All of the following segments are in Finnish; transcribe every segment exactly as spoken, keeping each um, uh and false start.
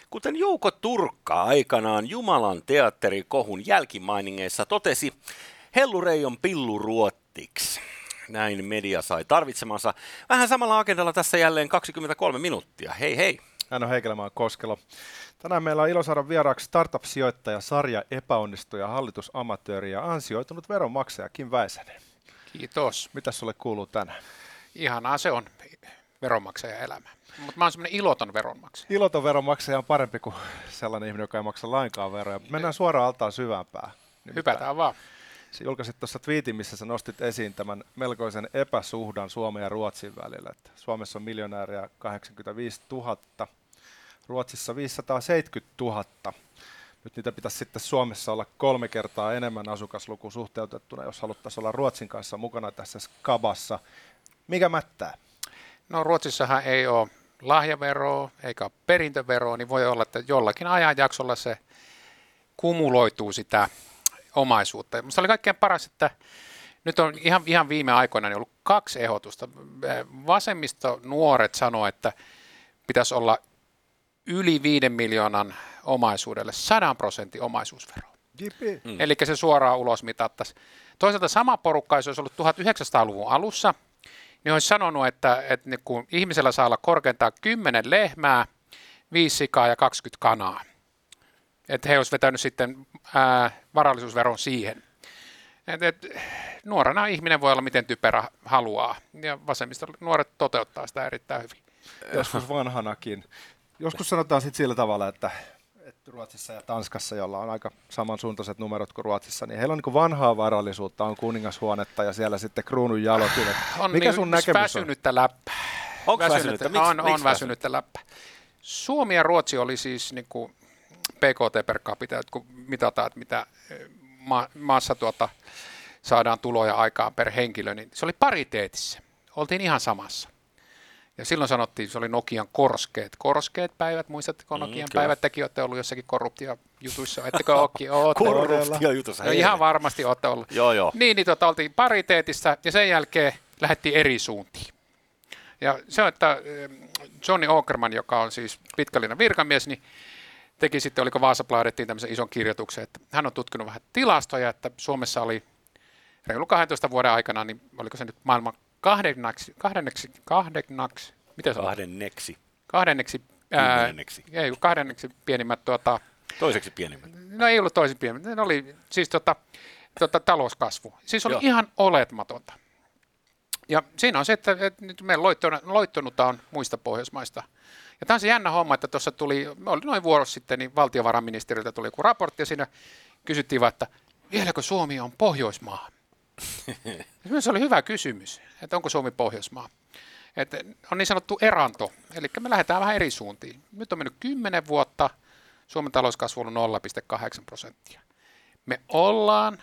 Kuten Jouko Turkka aikanaan Jumalan teatterikohun jälkimainingeissa totesi, hellurei on pilluruottiksi. Näin media sai tarvitsemansa. Vähän samalla agendalla tässä jälleen kaksikymmentäkolme minuuttia. Hei hei! Hän on Heikelä Koskelo. Tänään meillä on ilo saada vieraaksi startup-sijoittaja, sarja epäonnistuja, hallitusamatööri ja ansioitunut veronmaksaja Kim Väisänen. Kiitos. Mitäs sulle kuuluu tänään? Ihanaa se on veronmaksajan elämä. Mutta mä oon semmoinen iloton veronmaksaja. Iloton veronmaksaja on parempi kuin sellainen ihminen, joka ei maksa lainkaan veroja. Mennään suoraan altaan syvämpään. Hypätään vaan. Julkaisit tuossa twiitin, missä sä nostit esiin tämän melkoisen epäsuhdan Suomen ja Ruotsin välillä. Että Suomessa on miljonääriä kahdeksankymmentäviisituhatta, Ruotsissa viisisataaseitsemänkymmentätuhatta. Nyt niitä pitäisi sitten Suomessa olla kolme kertaa enemmän asukasluku suhteutettuna, jos haluttaisiin olla Ruotsin kanssa mukana tässä skabassa. Mikä mättää? No Ruotsissahan ei ole lahjaveroa eikä ole perintöveroa, niin voi olla, että jollakin ajanjaksolla se kumuloituu sitä omaisuutta. Minusta oli kaikkein paras, että nyt on ihan, ihan viime aikoina ollut kaksi ehdotusta. Vasemmisto nuoret sanoo, että pitäisi olla yli viiden miljoonan omaisuudelle sadan prosentin omaisuusvero. Mm. Eli se suoraan ulos mitattaisiin. Toisaalta sama porukka, jos olisi ollut tuhatyhdeksänsataaluvun alussa, niin olisi sanonut, että, että kun ihmisellä saa olla korkeintaan kymmenen lehmää, viisi sikaa ja kaksikymmentä kanaa. Että he olisivat vetänyt sitten ää, varallisuusveron siihen. Et, et, nuorena ihminen voi olla miten typerä haluaa, ja vasemmista nuoret toteuttaa sitä erittäin hyvin. Joskus vanhanakin. Joskus sanotaan sitten sillä tavalla, että, että Ruotsissa ja Tanskassa, jolla on aika samansuuntaiset numerot kuin Ruotsissa, niin heillä on niin vanhaa varallisuutta, on kuningashuonetta ja siellä sitten kruunun jalokivet. On Mikä niin, sun näkemys väsynyttä läppää. Onko väsynyttä? väsynyttä? Miks, on, on väsynyttä läppää. Suomi ja Ruotsi oli siis niin kuin P K T per capita, kun mitataan, että mitä ma- maassa tuota, saadaan tuloja aikaan per henkilö, niin se oli pariteetissä. Oltiin ihan samassa. Ja silloin sanottiin, se oli Nokian korskeet. Korskeet päivät, muistatteko Nokian mm, päivät? Tekin olette ollut jossakin korruptiojutuissa, ettekö olekin? Korruptiojutussa. No, ihan varmasti olette ollut. Joo, joo. Niin, niin tota, oltiin pariteetissa ja sen jälkeen lähdettiin eri suuntiin. Ja se on, että Johnny Åkerman, joka on siis pitkällinen virkamies, niin teki sitten, oliko Vasabladettiin tämmöisen ison kirjoituksen, että hän on tutkinut vähän tilastoja, että Suomessa oli reilu kahdentoista vuoden aikana, niin oliko se nyt maailman kahdenneksi, kahdenneksi, kahdenneksi, miten se on? Kahdenneksi. Kahdenneksi, ää, ei, kahdenneksi pienimmät, tuota, toiseksi pienimmät. No ei ollut toiseksi pienimmät, ne oli siis tuota, tuota, talouskasvu. Siis oli Joo. ihan olematonta. Ja siinä on se, että, että nyt me loittonutaan muista Pohjoismaista. Ja tämä on se jännä homma, että tuossa tuli, oli noin vuosi sitten, niin valtiovarainministeriltä tuli joku raportti ja siinä kysyttiin vaan, että vieläkö Suomi on Pohjoismaa? Se oli hyvä kysymys, että onko Suomi Pohjoismaa. Että on niin sanottu eranto, eli me lähdetään vähän eri suuntiin. Nyt on mennyt kymmenen vuotta, Suomen talouskasvu on nolla pilkku kahdeksan prosenttia. Me ollaan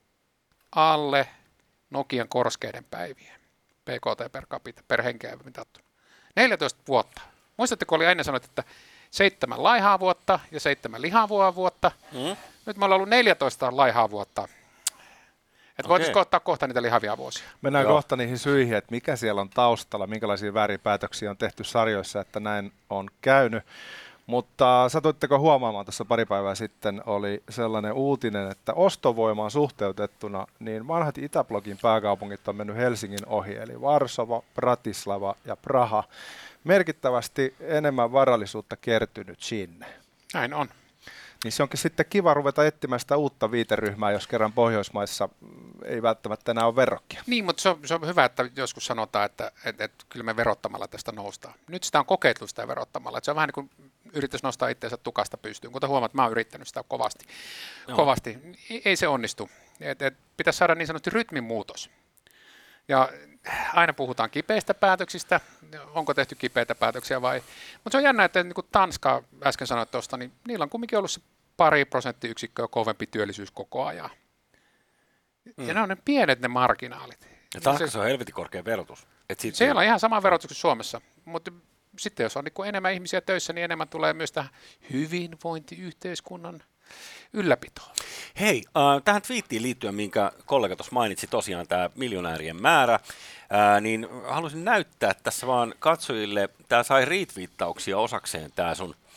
alle Nokian korskeiden päivien, P K T per capita, per henkeä mitattuna. neljätoista vuotta. Muistatteko, oli aina sanottu, että seitsemän laihaa vuotta ja seitsemän lihavaa vuotta. Mm. Nyt me ollaan ollut neljätoista laihaa vuotta. Että voitaisiinko ottaa kohta niitä lihavia vuosia? Mennään Joo. kohta niihin syihin, että mikä siellä on taustalla, minkälaisia vääripäätöksiä on tehty sarjoissa, että näin on käynyt. Mutta satuitteko huomaamaan, tuossa pari päivää sitten oli sellainen uutinen, että ostovoimaan suhteutettuna, niin vanhat Itäblogin pääkaupungit on mennyt Helsingin ohi, eli Varsova, Bratislava ja Praha. Merkittävästi enemmän varallisuutta kertynyt sinne. Näin on. Niin se onkin sitten kiva ruveta etsimään sitä uutta viiteryhmää, jos kerran Pohjoismaissa ei välttämättä enää ole verrokkia. Niin, mutta se on, se on hyvä, että joskus sanotaan, että, että, että kyllä me verottamalla tästä noustaan. Nyt sitä on kokeiltu sitä verottamalla. Että se on vähän niin kuin yritys nostaa itseensä tukasta pystyyn. Kuten huomaat, mä oon yrittänyt sitä kovasti. No. kovasti. Ei se onnistu. Et, et, pitäisi saada niin sanottu rytmin muutos. Ja aina puhutaan kipeistä päätöksistä, onko tehty kipeitä päätöksiä vai... Mutta se on jännä, että niin kuin Tanska äsken sanoit tuosta, niin niillä on kumminkin ollut se pari prosenttiyksikköä kovempi työllisyys koko ajan. Mm. Ja ne on ne pienet ne marginaalit. Ja Tanskassa on helvetin korkea verotus. Siellä on ihan sama verotus kuin Suomessa, mutta sitten jos on niin enemmän ihmisiä töissä, niin enemmän tulee myös tähän hyvinvointiyhteiskunnan ylläpitoon. Hei, äh, tähän twiittiin liittyen, minkä kollega tuossa mainitsi, tosiaan tämä miljonäärien määrä, äh, niin haluaisin näyttää tässä vaan katsojille, tämä sai retweettauksia osakseen tämä sun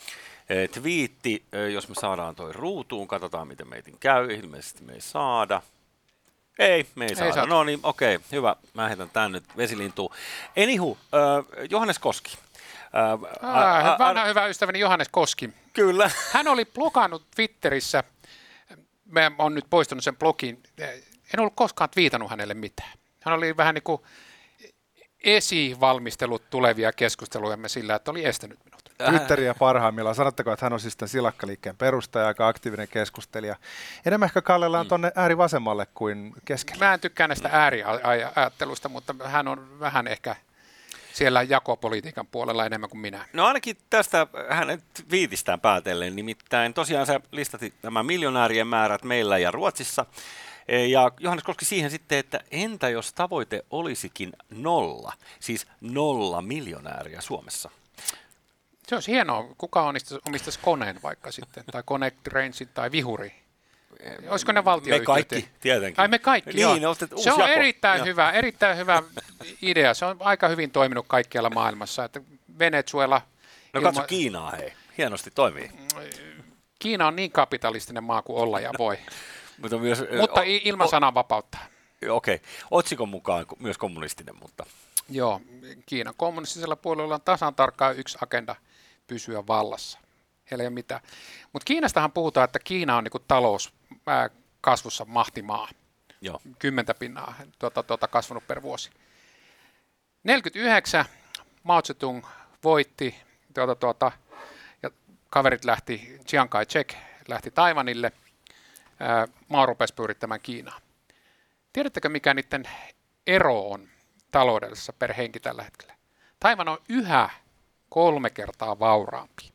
twiitti, jos me saadaan toi ruutuun, katsotaan miten meitin käy, ilmeisesti me ei saada. Ei, me ei, ei saada. saada. No niin, okei, okay, hyvä. Mä heitän tän nyt vesilintuun. Anywho, äh, Johannes Koski. Äh, ah, a, vanha a, hyvä ystäväni Johannes Koski. Kyllä. Hän oli blogannut Twitterissä, mä oon nyt poistunut sen blogin, en ollut koskaan twiitannut hänelle mitään. Hän oli vähän niin kuin esivalmistelut tulevia keskustelujamme sillä, että oli estänyt minut. Twitteriä parhaimmillaan. Sanotteko, että hän on siis tämän Silakkaliikkeen perustaja, aika aktiivinen keskustelija. Enemmän ehkä kallellaan mm. tuonne äärivasemmalle kuin keskelle. Mä en tykkää näistä ääriajattelusta, mutta hän on vähän ehkä siellä jakopolitiikan puolella enemmän kuin minä. No ainakin tästä hänen viitistään päätellen, nimittäin tosiaan sä listatit nämä miljonäärien määrät meillä ja Ruotsissa. Ja Johannes Koski siihen sitten, että entä jos tavoite olisikin nolla, siis nolla miljonääriä Suomessa? Se olisi hienoa. Kuka omistaisi koneen vaikka sitten, tai Connect Rangein tai Vihuri? Olisiko ne valtioyhtiöt? Me kaikki, tietenkin. Ai me kaikki, niin, joo. Se on jako. erittäin hyvä, erittäin hyvä idea. Se on aika hyvin toiminut kaikkialla maailmassa. Että Venezuela... No katso ilma... Kiinaa, hei. Hienosti toimii. Kiina on niin kapitalistinen maa kuin olla ja voi. mutta myös, mutta o, ilman o, sananvapautta. Okei. Okay. Otsikon mukaan myös kommunistinen, mutta... Joo, Kiinan kommunistisella puolella on tasan tarkkaan yksi agenda pysyä vallassa. Heillä ei ole mitään. Mutta Kiinastahan puhutaan, että Kiina on niinku talous ää, kasvussa mahtimaa. Joo. Kymmentä pinnaa tuota, tuota, kasvanut per vuosi. neljäkymmentäyhdeksän Mao Zedong voitti, tuota, tuota, ja kaverit lähti, Chiang Kai-shek lähti Taiwanille. Ää, Mao rupesi pyörittämään Kiinaa. Tiedättekö, mikä niiden ero on taloudellisessa per henki tällä hetkellä? Taiwan on yhä kolme kertaa vauraampi.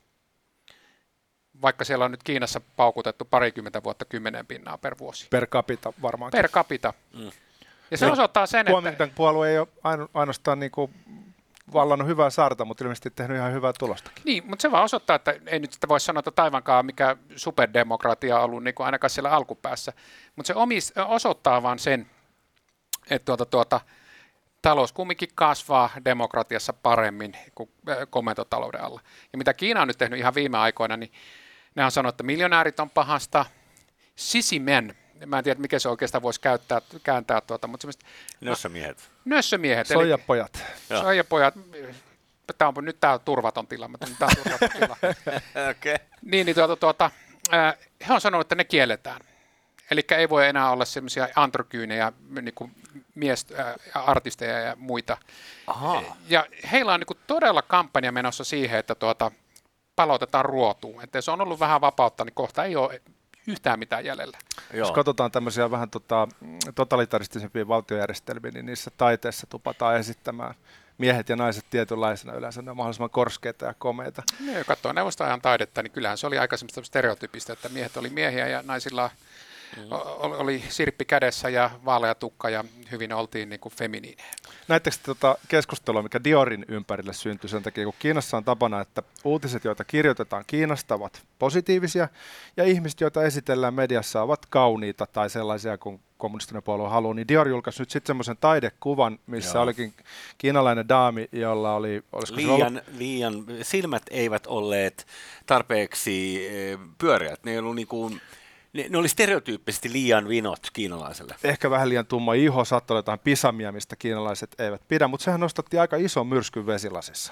Vaikka siellä on nyt Kiinassa paukutettu parikymmentä vuotta kymmenen pinnaa per vuosi. Per capita varmaankin. Per capita. Mm. Ja se osoittaa sen, Kuomintang että... puolue ei ole ainoastaan niin kuin vallannut hyvää saarta, mutta ilmeisesti tehnyt ihan hyvää tulostakin. Niin, mutta se vaan osoittaa, että ei nyt sitä voi sanoa, että Taiwankaan mikä superdemokratia on ollut niin kuin ainakaan siellä alkupäässä. Mutta se omis, osoittaa vaan sen, että tuota, tuota, talous kumminkin kasvaa demokratiassa paremmin kuin komentotalouden alla. Ja mitä Kiina on nyt tehnyt ihan viime aikoina, niin ne on sanonut, että miljonäärit on pahasta. Sisimen, mä en tiedä mikä se oikeastaan voisi käyttää, kääntää tuota, mutta semmoista... Nössömiehet. Nössömiehet. Soijapojat. Soijapojat. Tämä on, nyt tämä on turvaton tila. Mä tämä on turvaton tila. okay. Niin, niin tuota, tuota, äh, he on sanonut, että ne kielletään. Eli ei voi enää olla semmoisia androkyynejä, niin kuin miesartisteja ja muita. Aha. Ja heillä on niin kuin todella kampanja menossa siihen, että tuota, palautetaan ruotuun. Että se on ollut vähän vapautta, niin kohta ei ole yhtään mitään jäljellä. Jos katsotaan tämmöisiä vähän tota, totalitaristisempia valtiojärjestelmiä, niin niissä taiteessa tupataan esittämään miehet ja naiset tietynlaisena, yleensä ne on mahdollisimman korskeita ja komeita. No, jos katsoo neuvostoajan taidetta, niin kyllähän se oli aika semmoista stereotypistä, että miehet oli miehiä ja naisilla mm. oli sirppi kädessä ja vaalea tukka ja hyvin oltiin niin kuin feminiinejä. Näettekö tuota keskustelua, mikä Diorin ympärille syntyi sen takia, kun Kiinassa on tapana, että uutiset, joita kirjoitetaan Kiinasta, ovat positiivisia ja ihmiset, joita esitellään mediassa, ovat kauniita tai sellaisia kuin kommunistinen puolue haluaa, niin Dior julkaisi nyt sitten semmoisen taidekuvan, missä Joo. olikin kiinalainen daami, jolla oli... Liian, ollut... liian, silmät eivät olleet tarpeeksi pyöreät, ne ei ollut niin kuin... Ne, ne oli stereotyyppisesti liian vinot kiinalaiselle. Ehkä vähän liian tumma iho, saattoi olla jotain pisamia, mistä kiinalaiset eivät pidä, mutta sehän nostatti aika ison myrskyn vesilasissa.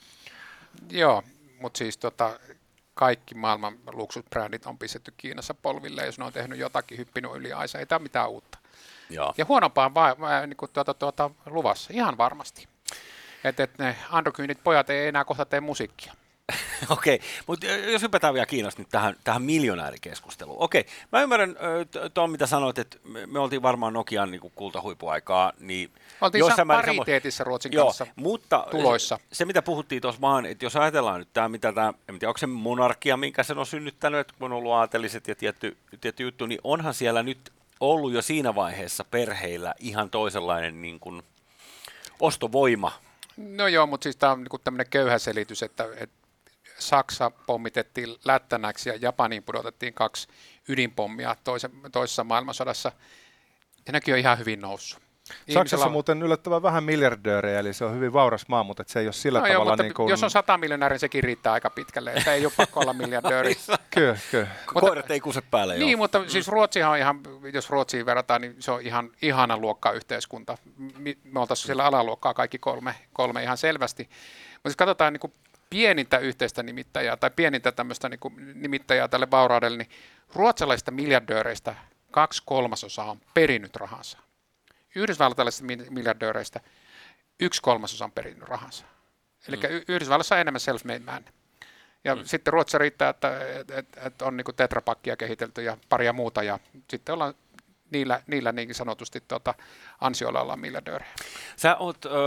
Joo, mutta siis tota, kaikki maailman luksusbrändit on pistetty Kiinassa polville, jos ne on tehnyt jotakin, hyppinyt yli aisa, ei tämä mitään uutta. Joo. Ja huonompaa on va- va- niin tuota, tuota, luvassa, ihan varmasti. Että et ne androkyynit pojat ei enää kohta tee musiikkia. Okei, mutta jos hypätään vielä Kiinasta nyt tähän, tähän miljonäärikeskusteluun. Okei, mä ymmärrän tuon, mitä sanoit, että me, me oltiin varmaan Nokian niin kultahuipuaikaa. Niin oltiin pariteetissä Ruotsin joo, kanssa mutta tuloissa. Se, se, mitä puhuttiin tuossa vaan, että jos ajatellaan nyt tämä, mitä tämä, en tiedä, onko se monarkia, minkä sen on synnyttänyt, että kun on ollut aateliset ja tietty, tietty juttu, niin onhan siellä nyt ollut jo siinä vaiheessa perheillä ihan toisenlainen niin kuin ostovoima. No joo, mutta siis tämä on niin tämmöinen köyhä selitys, että, että Saksa pommitettiin lättänäksi ja Japaniin pudotettiin kaksi ydinpommia toisen, toisessa maailmansodassa. Ja nekin on ihan hyvin noussut. Saksassa on muuten yllättävän vähän miljardöörejä, eli se on hyvin vauras maa, mutta se ei ole sillä no tavalla... Joo, niin kuin... jos on sata miljonäärin, sekin riittää aika pitkälle, että ei ole pakko olla miljardööri. Kyllä, kyllä. Koirat ei kuse päälle. Niin, joo. mutta mm. siis Ruotsihan on ihan, jos Ruotsiin verrataan, niin se on ihan ihana luokkaa yhteiskunta. Me oltaisiin siellä alaluokkaa kaikki kolme, kolme ihan selvästi. Mutta jos katsotaan niin kuin pienintä yhteistä nimittäjää tai pienintä tämmöistä niin kuin nimittäjää tälle vauraudelle, niin ruotsalaisista miljardööreistä kaksi kolmasosaa on perinyt rahansa. Yhdysvaltalaisista miljardööreistä yksi kolmasosa on perinyt rahansa. Eli mm. Yhdysvallassa on enemmän self-made man. Ja mm. sitten Ruotsissa riittää, että et, et, et on niinku tetrapakkia kehitelty ja paria muuta. Ja sitten ollaan niillä, niillä niin sanotusti tuota, ansioilla ollaan miljardöörejä. Sä oot ö,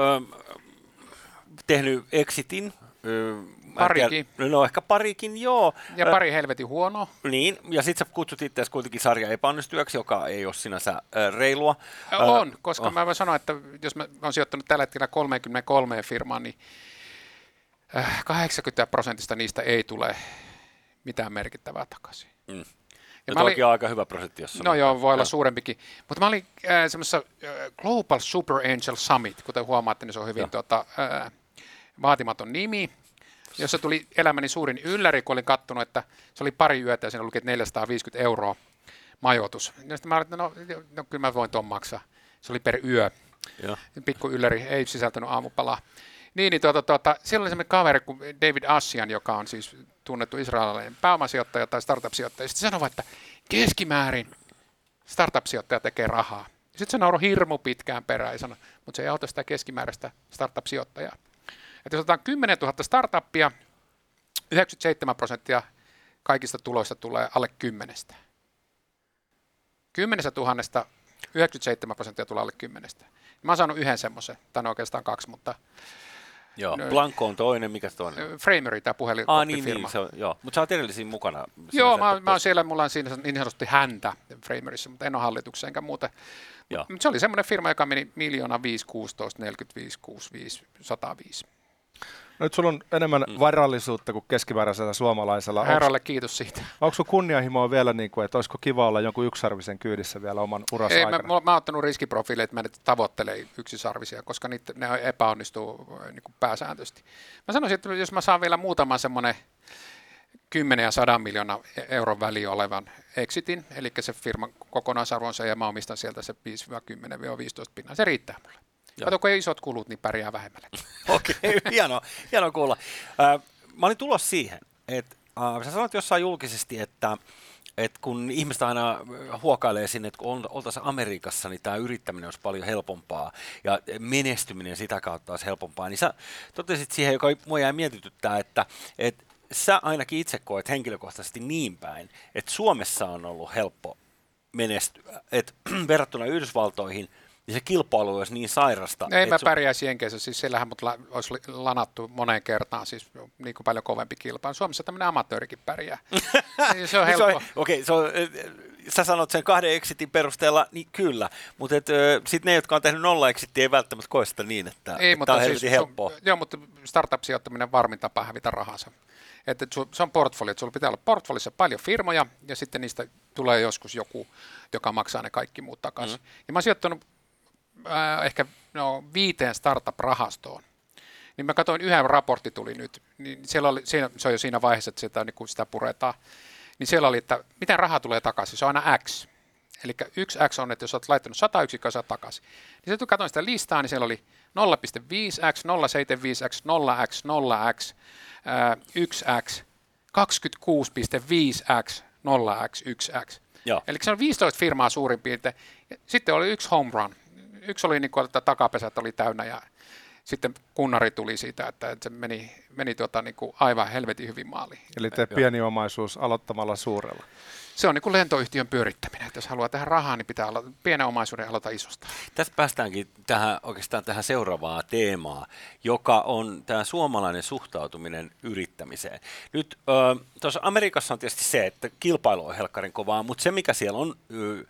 tehnyt exitin. Parikin. No ehkä parikin, joo. Ja pari helvetin huonoa. Niin, ja sitten sä kutsut itseäsi kuitenkin sarja epäonnistujaksi, joka ei ole sinänsä äh, reilua. On, koska oh. mä voin sanoa, että jos mä oon sijoittanut tällä hetkellä kolmekymmentäkolme firmaan, niin kahdeksankymmentä prosentista niistä ei tule mitään merkittävää takaisin. Mm. Ja toki olin, on aika hyvä prosentti, jos no joo, voi olla suurempikin. Mutta mä olin äh, semmoisessa äh, Global Super Angel Summit, kuten huomaatte, niin se on hyvin tuota, äh, vaatimaton nimi, jossa tuli elämäni suurin ylläri, kun olin kattonut, että se oli pari yötä ja siinä luki neljäsataaviisikymmentä euroa majoitus. Ja sitten mä ajattelin, no, no kyllä mä voin ton maksaa. Se oli per yö. Joo. Pikku ylläri, ei sisältänyt aamupalaa. Niin, niin tuota, tuota, siellä oli semmoinen kaveri kuin David Asian, joka on siis tunnettu israelilainen pääomasijoittaja tai startup-sijoittaja. Sitten sanoi, että keskimäärin startup-sijoittaja tekee rahaa. Sitten se nauroi hirmu pitkään perään ja sanoi, mutta se ei auta sitä keskimääräistä startup-sijoittajaa. Että jos otetaan kymmenentuhatta startuppia, yhdeksänkymmentäseitsemän prosenttia kaikista tuloista tulee alle kymmenestä. Kymmenestä tuhannesta yhdeksänkymmentäseitsemän prosenttia tulee alle kymmenestä. Mä oon saanut yhden semmoisen, tai oikeastaan kaksi, mutta... Joo, Blanco on toinen, mikä se toinen? Framery, tämä puhelinkorttifirma. Ah, niin, niin, se on, joo. Mutta sä oot edellisiin mukana. Joo, mä, mä oon siellä, mulla on siinä niin sanotusti häntä Frameryssä, mutta en ole hallituksessa enkä muuta. Mutta se oli semmoinen firma, joka meni miljoona viisi, kuusitoista, neljäkymmentäviisi, kuusikymmentäviisi, sata viisi. No nyt sulla on enemmän mm. varallisuutta kuin keskimääräisellä suomalaisella. Herralle onks, kiitos siitä. Onko sun kunnianhimoa vielä, niin kuin, että olisiko kiva olla jonkun yksisarvisen kyydissä vielä oman urassa Ei, aikana? Mä, mä, mä oon ottanut riskiprofiileja, että mä en tavoittele yksisarvisia, koska niitä, ne epäonnistuu niin kuin pääsääntöisesti. Mä sanoisin, että jos mä saan vielä muutaman semmoinen kymmenen ja sadan miljoonaa euron väliin olevan exitin, eli se firman kokonaisarvonsa, ja mä omistan sieltä se viisi kymmenen viisitoista pinnaa, se riittää mulle. Kato, kun ei isot kulut, niin pärjää vähemmälläkin. Okei, okay, hienoa, hienoa kuulla. Äh, mä olin tulossa siihen, että äh, sä sanoit jossain julkisesti, että et kun ihmiset aina huokailee sinne, että kun oltaisiin Amerikassa, niin tämä yrittäminen olisi paljon helpompaa ja menestyminen sitä kautta olisi helpompaa, niin sä totesit siihen, joka mua jäi mietityttää, että et sä ainakin itse koet henkilökohtaisesti niin päin, että Suomessa on ollut helppo menestyä, että verrattuna Yhdysvaltoihin, niin se kilpailu olisi niin sairasta. Ei mä pärjäisi Jenkeissä, siis siellähän mut la, olisi lanattu moneen kertaan, siis niin kuin paljon kovempi kilpailu. Suomessa tämmöinen amatöörikin pärjää. Niin se on helppo. Okei, okay, sä sanot sen kahden exitin perusteella, niin kyllä, mutta sitten ne, jotka on tehnyt nolla exittiä, ei välttämättä koe sitä niin, että, ei, että on helvetin siis, helppoa. Joo, mutta startup-sijoittaminen on varmin tapa hävitä rahansa. Että se on portfolio, että sulla pitää olla portfoliossa paljon firmoja, ja sitten niistä tulee joskus joku, joka maksaa ne kaikki muut takaisin. Mm. Ja mä oon sijoittanut Äh, ehkä no, viiteen startup-rahastoon, niin mä katsoin, yhden raportti tuli nyt, niin siellä oli, siinä, se on jo siinä vaiheessa, että sitä, niin kun sitä puretaan, niin siellä oli, että miten raha tulee takaisin, se on aina X. Eli yksi X on, että jos olet laittanut sata yksikköä, saat takaisin. Niin sitten kun katsoin sitä listaa, niin siellä oli nolla pilkku viisi X, nolla pilkku seitsemänkymmentäviisi X, nolla X, nolla X, äh, yksi X, kaksikymmentäkuusi pilkku viisi X, nolla X, yksi X. Joo. Eli se on viisitoista firmaa suurin piirtein. Sitten oli yksi home run. Yksi oli niin kuin, että takapesät oli täynnä ja sitten kunnari tuli siitä, että se meni, meni tuota, niin kuin aivan helvetin hyvin maaliin. Eli tee pieni omaisuus aloittamalla suurella. Se on niin kuin lentoyhtiön pyörittäminen. Että jos haluaa tehdä rahaa, niin pitää alo- pienen omaisuuden aloita isosta. Tässä päästäänkin tähän, oikeastaan tähän seuraavaan teemaan, joka on tämä suomalainen suhtautuminen yrittämiseen. Nyt äh, tuossa Amerikassa on tietysti se, että kilpailu on helkkarin kovaa, mutta se mikä siellä on äh,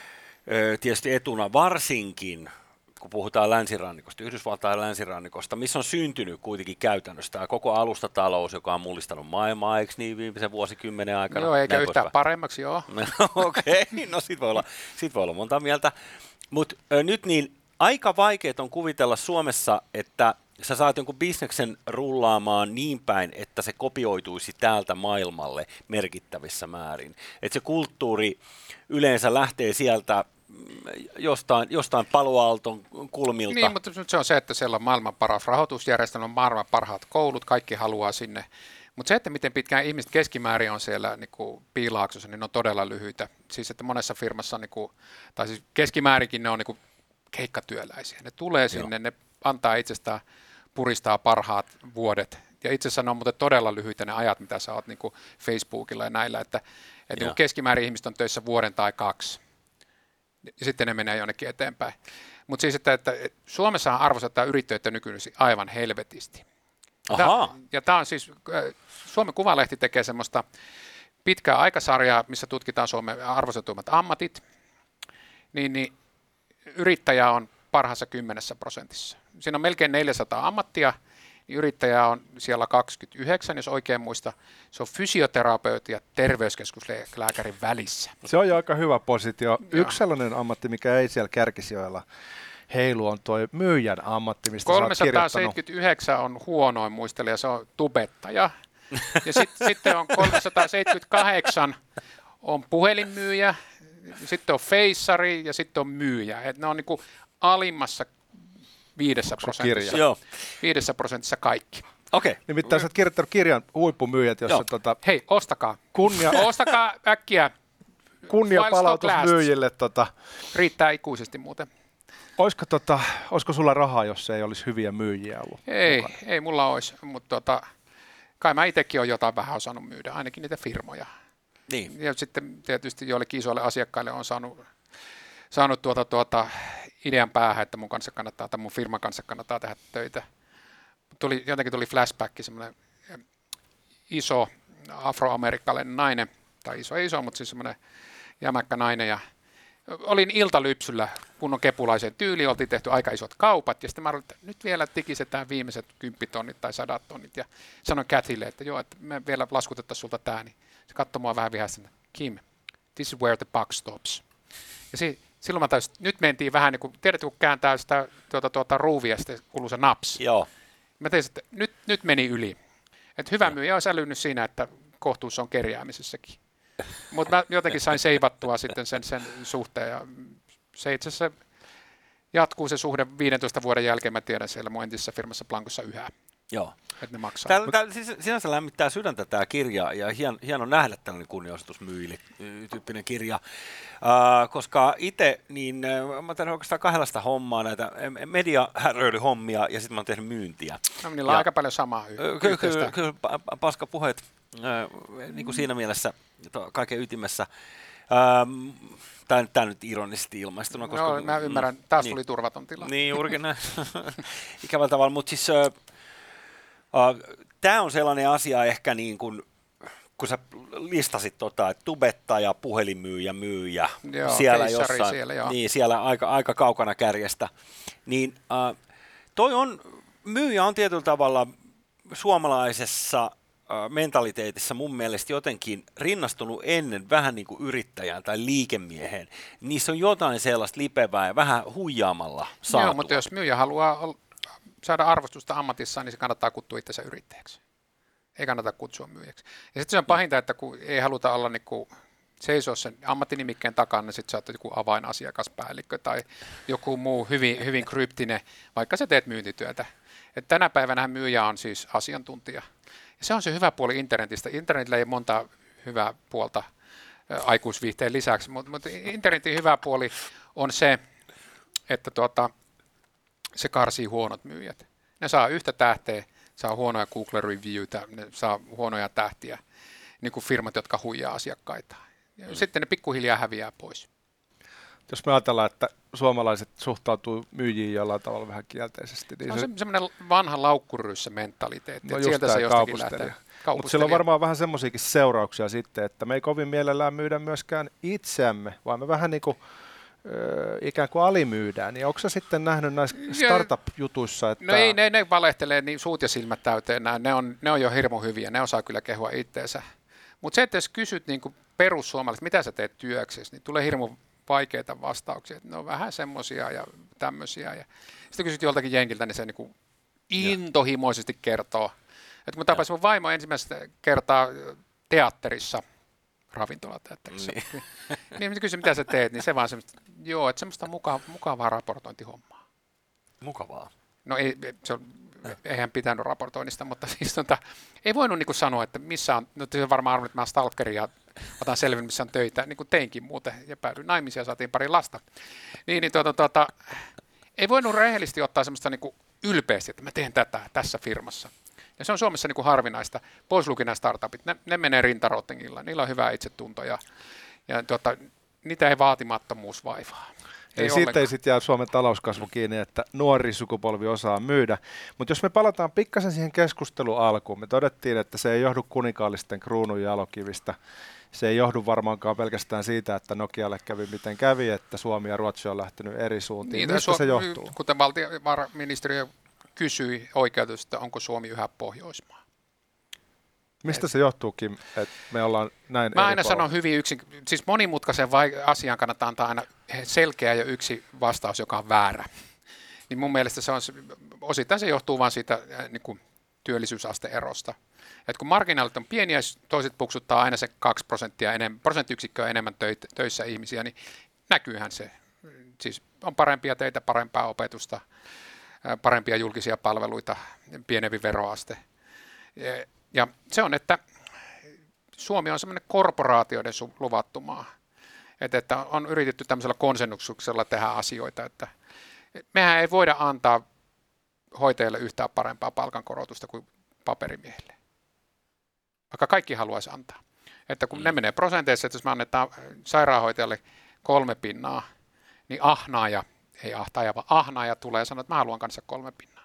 tietysti etuna varsinkin, kun puhutaan länsirannikosta, Yhdysvaltain länsirannikosta, missä on syntynyt kuitenkin käytännössä tämä koko alustatalous, joka on mullistanut maailmaa, eikö niin, viimeisen vuosikymmenen aikana? Joo, eikä yhtään poispäin. Paremmaksi, joo. Okei, okay, no sit voi olla, sit voi olla monta mieltä. Mutta nyt niin aika vaikeet on kuvitella Suomessa, että sä saat jonkun bisneksen rullaamaan niin päin, että se kopioituisi täältä maailmalle merkittävissä määrin. Että se kulttuuri yleensä lähtee sieltä jostain, jostain paloaalton kulmilta. Niin, mutta se on se, että siellä on maailman paras rahoitusjärjestelmä, on maailman parhaat koulut, kaikki haluaa sinne. Mutta se, että miten pitkään ihmiset keskimäärin on siellä niin kuin piilaaksossa, niin ne on todella lyhyitä. Siis että monessa firmassa, niin kuin, tai siis keskimäärinkin ne on niin kuin keikkatyöläisiä. Ne tulee sinne, Joo. ne antaa itsestään puristaa parhaat vuodet. Ja itse asiassa ne on muuten todella lyhyitä ne ajat, mitä sä oot niin kuin Facebookilla ja näillä, että, että niin keskimäärin ihmiset on töissä vuoden tai kaksi. Ja sitten ne menee jonnekin eteenpäin. Mutta siis, että, että Suomessahan arvostetaan yrittäjyyttä nykyisin aivan helvetisti. Tämä, ja tämä on siis, Suomen Kuvalehti tekee semmoista pitkää aikasarjaa, missä tutkitaan Suomen arvostetummat ammatit, niin, niin yrittäjä on parhaassa kymmenessä prosentissa. Siinä on melkein neljäsataa ammattia, niin yrittäjä on siellä kaksikymmentäyhdeksän, jos oikein muista. Se on fysioterapeutti ja terveyskeskuslääkärin välissä. Se on jo aika hyvä positio. Yksi sellainen ammatti, mikä ei siellä kärkisijoilla heilu, on tuo myyjän ammatti, mistä kolmesataaseitsemänkymmentäyhdeksän on huonoin muistelija, se on tubettaja. Ja sit, sitten on kolmesataaseitsemänkymmentäkahdeksan on puhelinmyyjä, sitten on feissari ja sitten on myyjä. Et ne on niinku alimmassa viidessä prosentissa. Viidessä prosentissa kaikki. Okei. Okay. Nimittäin sä oot kirjoittanut kirjan Huippumyyjät, jossa tota, hei, ostakaa. Kunnia, ostakaa äkkiä. Kunniapalautus myyjille. Tota. Riittää ikuisesti muuten. Olisiko, tota, olisiko sulla rahaa, jos ei olisi hyviä myyjiä ollut? Ei, mukana? Ei mulla olisi, mutta tota, kai mä itsekin olen jotain vähän osannut myydä, ainakin niitä firmoja. Niin. Ja sitten tietysti joillekin isoille asiakkaille on saanut, saanut tuota, tuota idean päähän, että mun kanssa kannattaa, tai mun firman kanssa kannattaa tehdä töitä. Tuli, jotenkin tuli flashback, semmoinen iso afroamerikkalainen nainen, tai iso iso, mutta siis semmoinen jämäkkä nainen, ja olin iltalypsyllä kunnon kepulaisen tyyli, oltiin tehty aika isot kaupat, ja sitten mä arvoin, että nyt vielä tikisetään viimeiset kymppitonnit tai sadat tonnit, ja sanoin Cathylle, että joo, että me vielä laskutettaisiin sulta tää, niin se katsoi mua vähän vihäistä, Kim, this is where the buck stops. Ja si- silloin mä tajusin, nyt mentiin vähän niin kuin, tiedätkö, kun kääntää sitä tuota, tuota ruuvia, sitten kuuluu se naps. Joo. Mä tein, että nyt, nyt meni yli. Että hyvä myyjä olisi älynyt siinä, että kohtuus on kerjäämisessäkin. Mutta mä jotenkin sain seivattua sitten sen, sen suhteen, ja se itse asiassa jatkuu se suhde viidentoista vuoden jälkeen, mä tiedän siellä mun entisessä firmassa Blancossa yhä. Joo. Että ne maksaa. Täällä, täällä siis sinänsä lämmittää sydäntä tämä kirja, ja hien, hieno nähdä tällainen kunnianosoitusmyyjille-tyyppinen kirja, uh, koska itse, niin uh, mä tein oikeastaan kahdesta hommaa, näitä mediahäröilyhommia, ja sitten mä oon tehnyt myyntiä. No niillä on ja, aika paljon samaa y- Kyllä, ky- ky- paskapuheet, uh, niin kuin siinä mielessä kaiken ytimessä. Um, Tämä nyt ironisesti ilmaistuna. Koska, no, mä ymmärrän. Mm, taas niin, tuli turvaton tila. Niin, juurikin näin. Ikävällä tavalla, mutta siis uh, uh, tämä on sellainen asia ehkä niin kuin, kun sä listasit tota, että tubettaja, puhelinmyyjä, myyjä, joo, siellä jossain, siellä, niin siellä aika, aika kaukana kärjestä, niin uh, toi on, myyjä on tietyllä tavalla suomalaisessa mentaliteetissa mun mielestä jotenkin rinnastunut ennen vähän niin kuin yrittäjään tai liikemieheen. Niissä on jotain sellaista lipevää ja vähän huijaamalla saatua. Joo, mutta jos myyjä haluaa saada arvostusta ammatissaan, niin se kannattaa kutsua itsensä yrittäjäksi. Ei kannata kutsua myyjäksi. Ja sitten se on pahinta, että kun ei haluta olla niin kuin seisoo sen ammattinimikkeen takana, niin sitten sä oot joku avainasiakaspäällikkö tai joku muu hyvin, hyvin kryptinen, vaikka sä teet myyntityötä. Et tänä päivänä myyjä on siis asiantuntija. Ja se on se hyvä puoli internetistä. Internetillä ei monta hyvää puolta ä, aikuisviihteen lisäksi, mutta mut internetin hyvä puoli on se, että tuota, se karsii huonot myyjät. Ne saa yhtä tähteä, saa huonoja Google-reviewtä, ne saa huonoja tähtiä, niin kuin firmat, jotka huijaa asiakkaita. Ja mm. sitten ne pikkuhiljaa häviää pois. Jos me ajatellaan, että suomalaiset suhtautuu myyjiin jollain tavalla vähän kielteisesti. Niin se on se, semmoinen vanha laukkuryssä mentaliteetti, no että sieltä se jostakin lähtee. Mutta sillä on varmaan vähän semmoisiakin seurauksia sitten, että me ei kovin mielellään myydä myöskään itseämme, vaan me vähän niin kuin ö, ikään kuin alimyydään. Niin onko sä sitten nähnyt näissä startup-jutuissa? Että no ei, ne, ne valehtelee niin suut ja silmät täyteen. Ne on, ne on jo hirmu hyviä, ne osaa kyllä kehua itteensä. Mutta se, että jos kysyt niin kuin perussuomalaiset, mitä sä teet työksesi, niin tulee hirmu vaikeita vastauksia. Ne on vähän semmoisia ja tämmöisiä. Ja sitten kysyt joltakin jenkiltä, niin se niin kuin intohimoisesti kertoo. Että kun mä tapasin mun vaimo ensimmäistä kertaa teatterissa, ravintolateatterissa, niin, niin mä kysyin, mitä sä teet, niin se vaan semmoista, joo, että semmoista muka, mukavaa raportointihommaa. Mukavaa. No ei, se on, eihän pitänyt raportoinnista, mutta siis tota, ei voinut niin kuin sanoa, että missä on, no se varmaan arvon, että mä oon stalkeri ja otan selvin, missä on töitä, niin kuin teinkin muuten, ja päädyin naimisiin ja saatiin pari lasta. Niin, niin tuota, tuota, ei voinut rehellisesti ottaa semmoista niin kuin ylpeästi, että mä teen tätä tässä firmassa. Ja se on Suomessa niin kuin harvinaista. Pois luki nämä startupit, ne, ne menee rintarottingilla, niillä on hyvä itsetunto ja, ja tuota, niitä ei vaatimattomuus vaivaa. Ei, ei siitä ei sitten jää Suomen talouskasvu kiinni, että nuori sukupolvi osaa myydä. Mutta jos me palataan pikkasen siihen keskustelun alkuun, me todettiin, että se ei johdu kuninkaallisten kruunun jalokivistä. Se ei johdu varmaankaan pelkästään siitä, että Nokialle kävi miten kävi, että Suomi ja Ruotsi on lähtenyt eri suuntiin. Niin, mistä Su- se johtuu? Kuten valtiovarainministeriö kysyi oikeutusta, että onko Suomi yhä Pohjoismaa. Mistä Et, se johtuukin, että me ollaan näin Mä eri aina puolella? sanon hyvin yksin, siis monimutkaisen vai- asian kannattaa antaa aina selkeä ja yksi vastaus, joka on väärä. Niin mun mielestä se on, osittain se johtuu vain siitä niin kuin työllisyysaste-erosta. Et kun marginaalit on pieniä, toiset puksuttaa aina se kaksi prosenttia enemmän, prosenttiyksikköä enemmän töitä, töissä ihmisiä, niin näkyyhän se. Siis on parempia teitä, parempaa opetusta, parempia julkisia palveluita, pienempi veroaste. Ja se on, että Suomi on semmoinen korporaatioiden luvattu maa. Että, että on yritetty tämmöisellä konsensuksella tehdä asioita, että mehän ei voida antaa hoitajille yhtään parempaa palkankorotusta kuin paperimiehille. Vaikka kaikki haluaisi antaa. Että kun mm. ne menee prosenteissa, että jos me annetaan sairaanhoitajalle kolme pinnaa, niin ahnaaja, ei ahtaaja, vaan ahnaaja tulee ja sanoo, että mä haluan kanssa kolme pinnaa.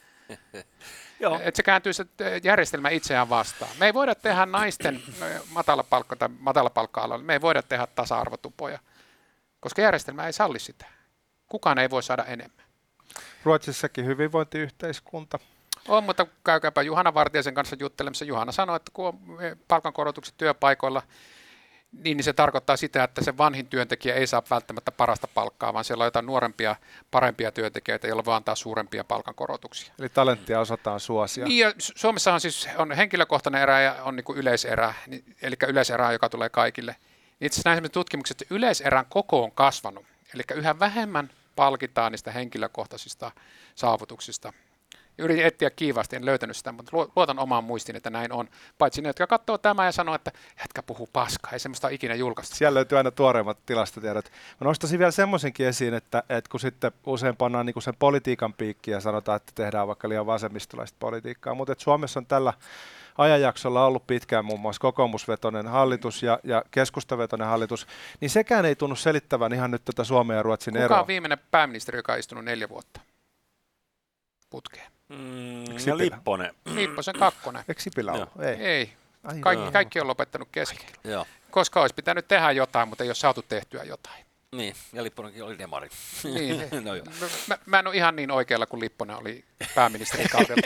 Että se kääntyy se järjestelmä itseään vastaan. Me ei voida tehdä naisten matalapalkka- tai matalapalkka-alalla, me ei voida tehdä tasa-arvotupoja, koska järjestelmä ei salli sitä. Kukaan ei voi saada enemmän. Ruotsissakin hyvinvointiyhteiskunta. On, mutta käykääpä Juhana Vartiaisen kanssa juttelemassa. Juhana sanoi, että kun on palkankorotukset työpaikoilla, niin se tarkoittaa sitä, että se vanhin työntekijä ei saa välttämättä parasta palkkaa, vaan siellä on jotain nuorempia, parempia työntekijöitä, joilla voi antaa suurempia palkankorotuksia. Eli talenttia osataan suosia. Niin, ja Suomessahan siis on henkilökohtainen erä ja on niin kuin yleiserä, eli yleiserä, joka tulee kaikille. Itse asiassa näin tutkimukset, että yleiserän koko on kasvanut, eli yhä vähemmän palkitaan niistä henkilökohtaisista saavutuksista. Yritin etsiä kiivaasti, en löytänyt sitä, mutta luotan omaan muistiin, että näin on. Paitsi ne, jotka katsoo tämä ja sanoo, että jätkä puhuu paskaa, ei semmoista ikinä julkaista. Siellä löytyy aina tuoreimmat tilastotiedot. Mä nostaisin vielä semmoisenkin esiin, että, että kun sitten usein pannaan niin kuin sen politiikan piikkiin ja sanotaan, että tehdään vaikka liian vasemmistolaista politiikkaa, mutta että Suomessa on tällä ajanjaksolla ollut pitkään muun muassa kokoomusvetoinen hallitus ja, ja keskustavetoinen hallitus, niin sekään ei tunnu selittävän ihan nyt tätä Suomen ja Ruotsin eroa. Kuka on viimeinen pääministeri, joka on istunut neljä vuotta putkeen? Mm, ja Lipponen. Lipposen kakkonen. Eikö Sipilä ole? Ei. Ei. Kaikki, kaikki on lopettanut kesken. Joo. Koska olisi pitänyt tehdä jotain, mutta ei ole saatu tehtyä jotain. Niin, ja Lipponenkin oli demari. Niin. no joo. Mä, mä en ole ihan niin oikealla kuin Lipponen oli pääministerikaudella.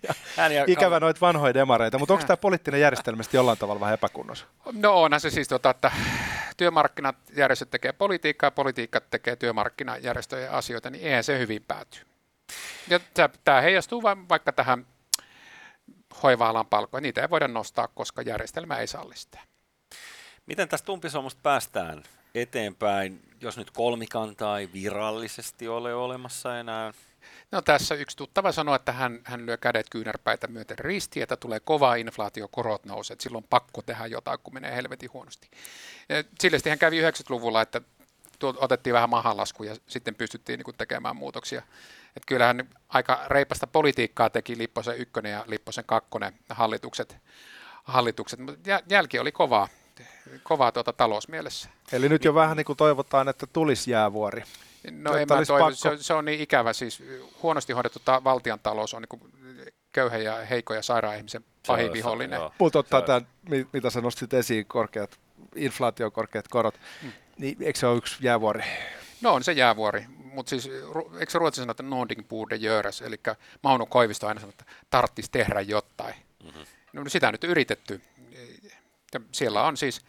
Ikävä noita vanhoja demareita, mutta onko tämä poliittinen järjestelmä jollain tavalla vähän epäkunnossa? No onhan se siis, tota, että työmarkkinajärjestöt tekee politiikkaa ja politiikka tekee työmarkkinajärjestöjen asioita, niin eihän se hyvin pääty. Ja tämä heijastuu vaikka tähän hoiva-alan palkkoihin. Niitä ei voida nostaa, koska järjestelmä ei salli sitä. Miten tästä umpisolmusta päästään eteenpäin, jos nyt kolmikantaa ei virallisesti ole olemassa enää? No tässä yksi tuttava sanoi, että hän, hän lyö kädet kyynärpäitä myöten ristiin, että tulee kova inflaatio, korot nousee, että silloin on pakko tehdä jotain, kun menee helvetin huonosti. Silleesti hän kävi yhdeksänkymmentäluvulla, että otettiin vähän mahalasku ja sitten pystyttiin niin kuin tekemään muutoksia. Että kyllähän aika reipasta politiikkaa teki Lipposen ykkönen ja Lipposen kakkonen hallitukset, hallitukset. mutta jälki oli kovaa, kovaa tuota talousmielessä. Eli nyt jo vähän niin kuin toivotaan, että tulisi jäävuori. No en mä toivo, se, se on niin ikävä, siis huonosti hoidettu ta- valtion talous on niin kuin köyhä ja heikko ja sairaan ihmisen pahin vihollinen. Mutta ottaa tämän, mitä sä nostit esiin, korkeat, inflaatio, korkeat korot, hmm. niin eikö se ole yksi jäävuori? No on se jäävuori, mutta siis eikö se Ruotsi sano, että någonting borde göras, eli Mauno Koivisto aina sanoo, että tarvitsisi tehdä jotain. Mm-hmm. No sitä on nyt yritetty. Ja siellä on siis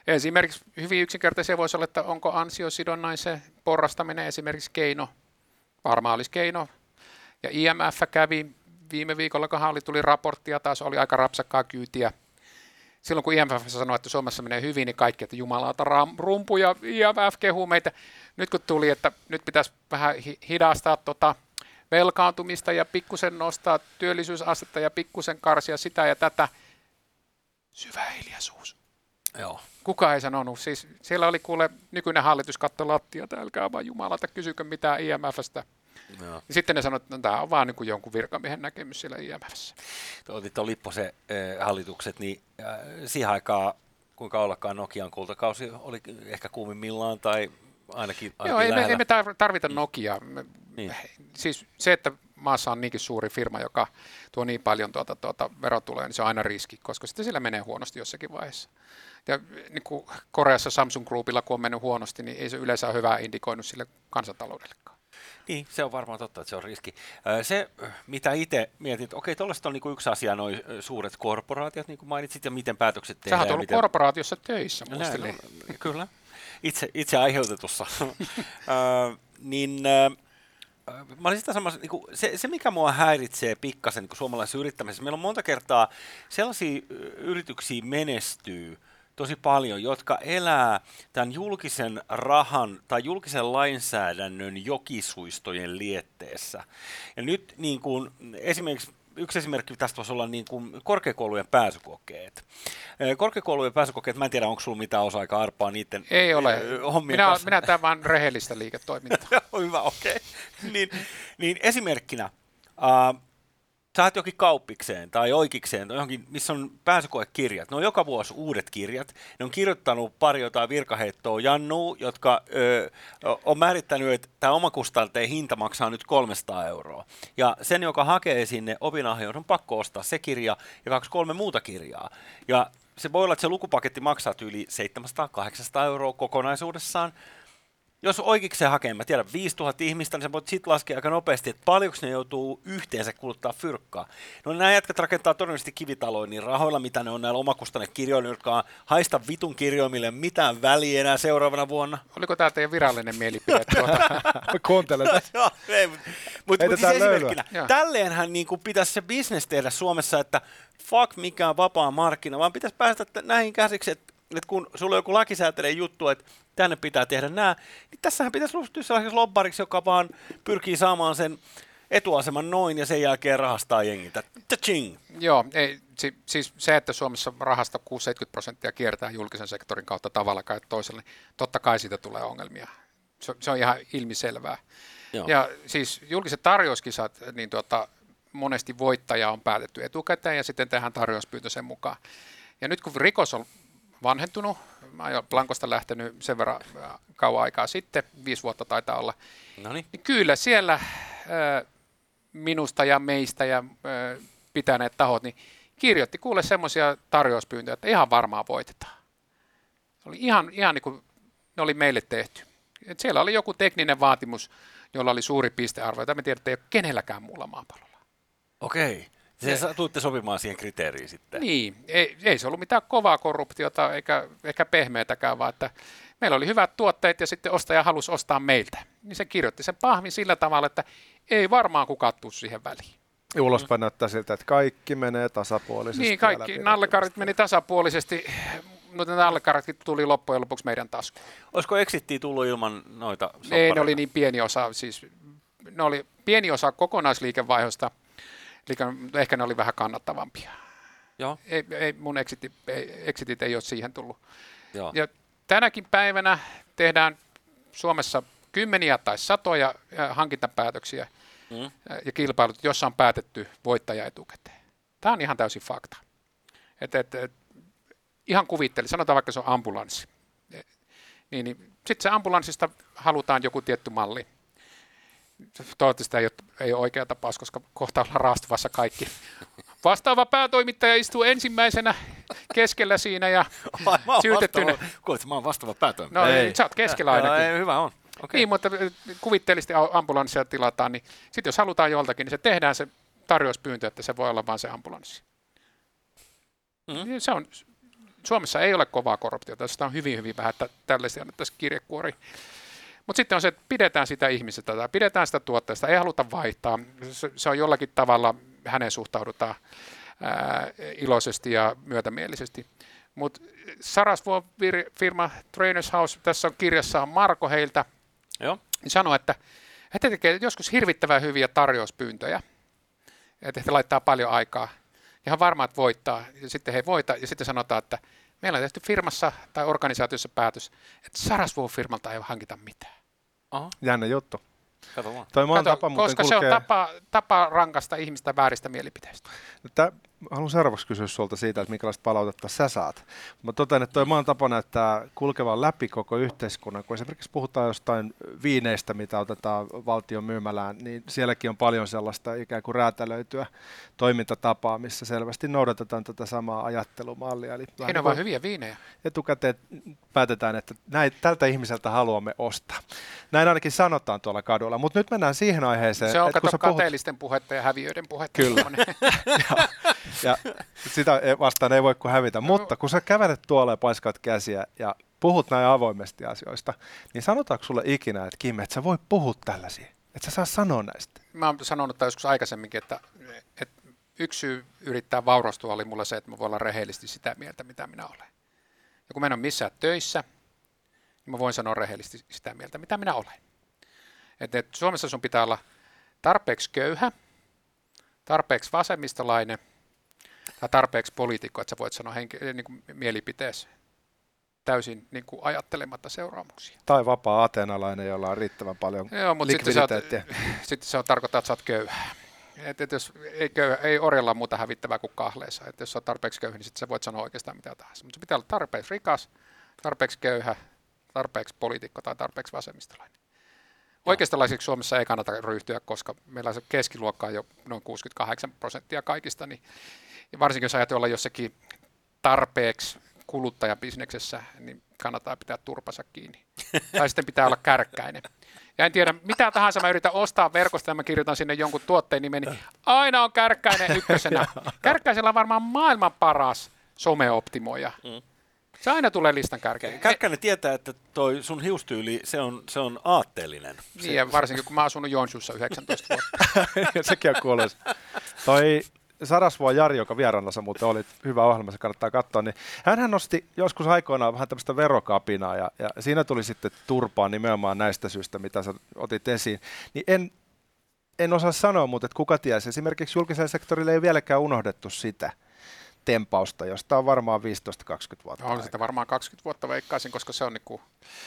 Esimerkiksi hyvin yksinkertaisia voisi olla, että onko ansiosidonnaisen porrastaminen esimerkiksi keino, varmaan olisi keino. Ja I M F kävi viime viikolla, kun oli, tuli raporttia, taas oli aika rapsakkaa kyytiä. Silloin kun I M F sanoi, että Suomessa menee hyvin, niin kaikki, että jumalauta rumpu ja I M F kehuu meitä. Nyt kun tuli, että nyt pitäisi vähän hidastaa tota velkaantumista ja pikkusen nostaa työllisyysastetta ja pikkusen karsia sitä ja tätä, syvä hiljaisuus. Joo. Kukaan ei sanonut. Siis siellä oli kuule nykyinen hallitus katto lattiata, älkää vaan jumalata, kysykö mitään I M F:stä. Ja sitten ne sanoivat, että no, tämä on vaan niin kuin jonkun virkamiehen näkemys siellä I M F:ssä. Otit tuon Lipposen eh, hallitukset, niin äh, siihen aikaan, kuinka ollakaan Nokian kultakausi oli ehkä kuumimmillaan tai ainakin, ainakin Joo, ei me, ei me tarvita mm. Nokiaa. Niin. Siis se, että maassa on niinkin suuri firma, joka tuo niin paljon tuota, tuota verotuloja, niin se on aina riski, koska sitten sillä menee huonosti jossakin vaiheessa. Ja niin kuin Koreassa Samsung Groupilla, kun on mennyt huonosti, niin ei se yleensä ole hyvää indikoinut sille kansantaloudellekaan. Niin, se on varmaan totta, että se on riski. Se, mitä itse mietit, okei, tuollaista on niinku yksi asia, nuo suuret korporaatiot, niin kuin mainitsit, ja miten päätökset tehdään. Sä oot ollut miten... korporaatiossa töissä, muistelin. No, kyllä, itse, itse aiheutetussa. niin, mä olin sitä samassa, niin kuin, se, se, mikä mua häiritsee pikkasen niin suomalaisessa yrittämisessä, meillä on monta kertaa sellaisia yrityksiä menestyy, tosi paljon, jotka elää tämän julkisen rahan tai julkisen lainsäädännön jokisuistojen lietteessä. Ja nyt niin kuin, esimerkiksi yksi esimerkki tästä voisi olla niin kuin korkeakoulujen pääsykokeet. Korkeakoulujen pääsykokeet, mä en tiedä, onko sulla mitään osa-aikaa arpaa niiden Ei ole. hommien minä, kanssa. minä tämän vaan rehellistä liiketoimintaa. Hyvä, okei. Okay. niin, niin esimerkkinä, uh, sä oot jokin kauppikseen tai oikikseen, tai johonkin, missä on pääsykoekirjat. Ne on joka vuosi uudet kirjat. Ne on kirjoittanut pari jotain virkaheittoa Jannu, jotka ö, on määrittänyt, että tämä omakustanteen hinta maksaa nyt kolmesataa euroa. Ja sen, joka hakee sinne opinahjoon, on pakko ostaa se kirja ja kaksi kolme muuta kirjaa. Ja se voi olla, että se lukupaketti maksaa yli seitsemänsataa kahdeksansataa euroa kokonaisuudessaan. Jos oikeikseen hakee, mä tiedän, viisituhatta ihmistä, niin sä voit sitten laskea aika nopeasti, että paljonko ne joutuu yhteensä kuluttaa fyrkkaa. No nämä jätkät rakentaa todennäköisesti kivitaloja niin rahoilla, mitä ne on näillä omakustannekirjoilla, jotka haista vitun kirjoimille mitään väliä enää seuraavana vuonna. Oliko tämä teidän virallinen mielipide? Tuota? Kuuntele. Joo, ei, mutta mut, mut siis esimerkkinä. Tälleenhän niin kuin pitäisi se business tehdä Suomessa, että fuck mikään vapaa markkina, vaan pitäisi päästä näihin käsiksi, että että kun sulla on joku lakisääteinen juttu, että tänne pitää tehdä nämä, niin tässähän pitäisi ryhtyä sellaisessa lobbariksi, joka vaan pyrkii saamaan sen etuaseman noin ja sen jälkeen rahastaa jengitä. Ta-ching! Joo, ei, si, siis se, että Suomessa rahasta kuusikymmentä seitsemänkymmentä prosenttia kiertää julkisen sektorin kautta tavalla tai toisella, niin totta kai siitä tulee ongelmia. Se, se on ihan ilmiselvää. Joo. Ja siis julkiset tarjouskisat, niin tuota, monesti voittaja on päätetty etukäteen ja sitten tehdään tarjouspyyntö sen mukaan. Ja nyt kun rikos on vanhentunut, mä oon jo Blankosta lähtenyt sen verran kauan aikaa sitten, viisi vuotta taitaa olla, Noniin. niin kyllä siellä äh, minusta ja meistä ja äh, pitäneet tahot, niin kirjoitti kuule semmoisia tarjouspyyntöjä, että ihan varmaan voitetaan. Se oli ihan, ihan niin kuin ne oli meille tehty. Et siellä oli joku tekninen vaatimus, jolla oli suuri pistearvo, jota me tiedämme, että ei ole kenelläkään muulla maapallolla. Okei. Se tuutte sopimaan siihen kriteeriin sitten. Niin, ei, ei se ollut mitään kovaa korruptiota eikä ehkä pehmeätäkään, vaan että meillä oli hyvät tuotteet ja sitten ostaja halusi ostaa meiltä. Niin se kirjoitti sen pahvin sillä tavalla, että ei varmaan kukaan tule siihen väliin. Ulospäin näyttää siltä, että kaikki menee tasapuolisesti. Niin, kaikki nallekarit meni tasapuolisesti, mutta ne nallekaritkin tuli loppujen lopuksi meidän taskuun. Olisiko exittiä tullut ilman noita soppareita? Ei, ne oli niin pieni osa, siis ne oli pieni osa kokonaisliikevaihdosta, eli ehkä ne oli vähän kannattavampia. Joo. Ei, ei, mun exitit, ei, exitit ei ole siihen tullut. Joo. Ja tänäkin päivänä tehdään Suomessa kymmeniä tai satoja hankintapäätöksiä mm. ja kilpailut, jossa on päätetty voittaja etukäteen. Tämä on ihan täysin fakta. Et, et, et, ihan kuvitteli, sanotaan vaikka se on ambulanssi. Niin, niin, sitten se ambulanssista halutaan joku tietty malli. Toivottavasti ei ole, ei ole oikea tapaus, koska kohta ollaan raastuvassa kaikki. Vastaava päätoimittaja istuu ensimmäisenä keskellä siinä ja syytettynä. Kuuletko, mä oon vastaava päätoimittaja. No ei. Sä oot keskellä ainakin. Ei, hyvä on. Okay. Niin, mutta kuvitteellisesti ambulanssia tilataan, niin sitten jos halutaan joltakin, niin se tehdään se tarjouspyyntö, että se voi olla vain se ambulanssi. Mm. Se on Suomessa ei ole kovaa korruptiota, sitä on hyvin, hyvin vähän, että tällaisia annettaisiin kirjekuori. Mutta sitten on se, että pidetään sitä ihmisestä tai pidetään sitä tuotteesta, ei haluta vaihtaa. Se, se on jollakin tavalla, hänen suhtaudutaan ää, iloisesti ja myötämielisesti. Mutta Sarasvuo-firma Trainers House, tässä on kirjassa Marko heiltä, Joo. niin sanoi, että he tekevät joskus hirvittävän hyviä tarjouspyyntöjä, että he laittaa paljon aikaa. Ja hän varmaan, että voittaa, ja sitten he voita, ja sitten sanotaan, että meillä on tehty firmassa tai organisaatiossa päätös, että Sarasvuo-firmalta ei hankita mitään. Aha. Jännä juttu. Kato vaan. Toi maan Kato, tapa muuten koska kulkee... se on tapa, tapa rankasta ihmistä vääristä mielipiteistä. Tää, haluan seuraavaksi kysyä sulta siitä, että minkälaista palautetta sä saat. Mä totean, että toi maan tapa näyttää kulkevan läpi koko yhteiskunnan. Kun esimerkiksi puhutaan jostain viineistä, mitä otetaan valtion myymälään, niin sielläkin on paljon sellaista ikään kuin räätälöityä toimintatapaa, missä selvästi noudatetaan tätä samaa ajattelumallia. Eli Siinä on vaan hyviä viinejä. etukäteen päätetään, että näin, tältä ihmiseltä haluamme ostaa. Näin ainakin sanotaan tuolla kadulla, mutta nyt mennään siihen aiheeseen. Se on että kato kun sä puhut... kateellisten puhetta ja häviöiden puhetta. Kyllä. ja, ja sitä vastaan ei voi kuin hävitä, no. Mutta kun sä kävelet tuolla ja paiskaat käsiä ja puhut näin avoimesti asioista, niin sanotaanko sulle ikinä, että Kim, et sä voi puhua tällaisia, et sä saa sanoa näistä? Mä oon sanonut joskus aikaisemminkin, että, että yksi syy yrittää vaurastua oli mulla se, että mä voin olla rehellisesti sitä mieltä, mitä minä olen. Ja kun mä en ole missään töissä, niin mä voin sanoa rehellisesti sitä mieltä, mitä minä olen. Että et Suomessa sun pitää olla tarpeeksi köyhä, tarpeeksi vasemmistolainen tai tarpeeksi poliitikko, että sä voit sanoa henki- niin kuin mielipiteesi täysin niin kuin ajattelematta seuraamuksia. Tai vapaa ateenalainen, jolla on riittävän paljon Joo, mutta likviditeettiä. Sitten, sitten se on tarkoittaa, että sä oot köyhä. Et, et jos ei, köyhä, ei orjalla ole muuta hävittävää kuin kahleessa. Et jos sä oot tarpeeksi köyhä, niin sitten sä voit sanoa oikeastaan mitä tahansa. Mutta se pitää olla tarpeeksi rikas, tarpeeksi köyhä, tarpeeksi poliitikko tai tarpeeksi vasemmistolainen. Oikeistolaisiksi Suomessa ei kannata ryhtyä, koska meillä se keskiluokka on jo noin kuusikymmentäkahdeksan prosenttia kaikista, niin varsinkin jos ajatellaan jossakin tarpeeksi kuluttajabisneksessä, niin kannattaa pitää turpansa kiinni. Tai sitten pitää olla kärkkäinen. Ja en tiedä, mitä tahansa mä yritän ostaa verkosta ja mä kirjoitan sinne jonkun tuotteen nimen, niin aina on Kärkkäinen ykkösenä. Kärkkäisellä on varmaan maailman paras someoptimoija. Mm. Se aina tulee listan kärkeen. Kärkkäinen tietää, että toi sun hiustyyli, se on, se on aatteellinen. Niin, ja varsinkin kun mä oon asunut Joensuussa yhdeksäntoista vuotta. Sekin on kuuloisa. Toi Sarasvuo Jari, joka vieraannassa muuten oli hyvä ohjelma, se kannattaa katsoa, niin hänhän nosti joskus aikoinaan vähän tämmöistä verokapinaa, ja, ja siinä tuli sitten turpaa nimenomaan näistä syistä, mitä sä otit esiin. Niin en, en osaa sanoa, mutta että kuka tiesi. Esimerkiksi julkiselle sektorille ei vieläkään unohdettu sitä tempausta, josta on varmaan viisitoista kaksikymmentä vuotta. On sitä varmaan kaksikymmentä vuotta veikkaisin, koska se on, niinku,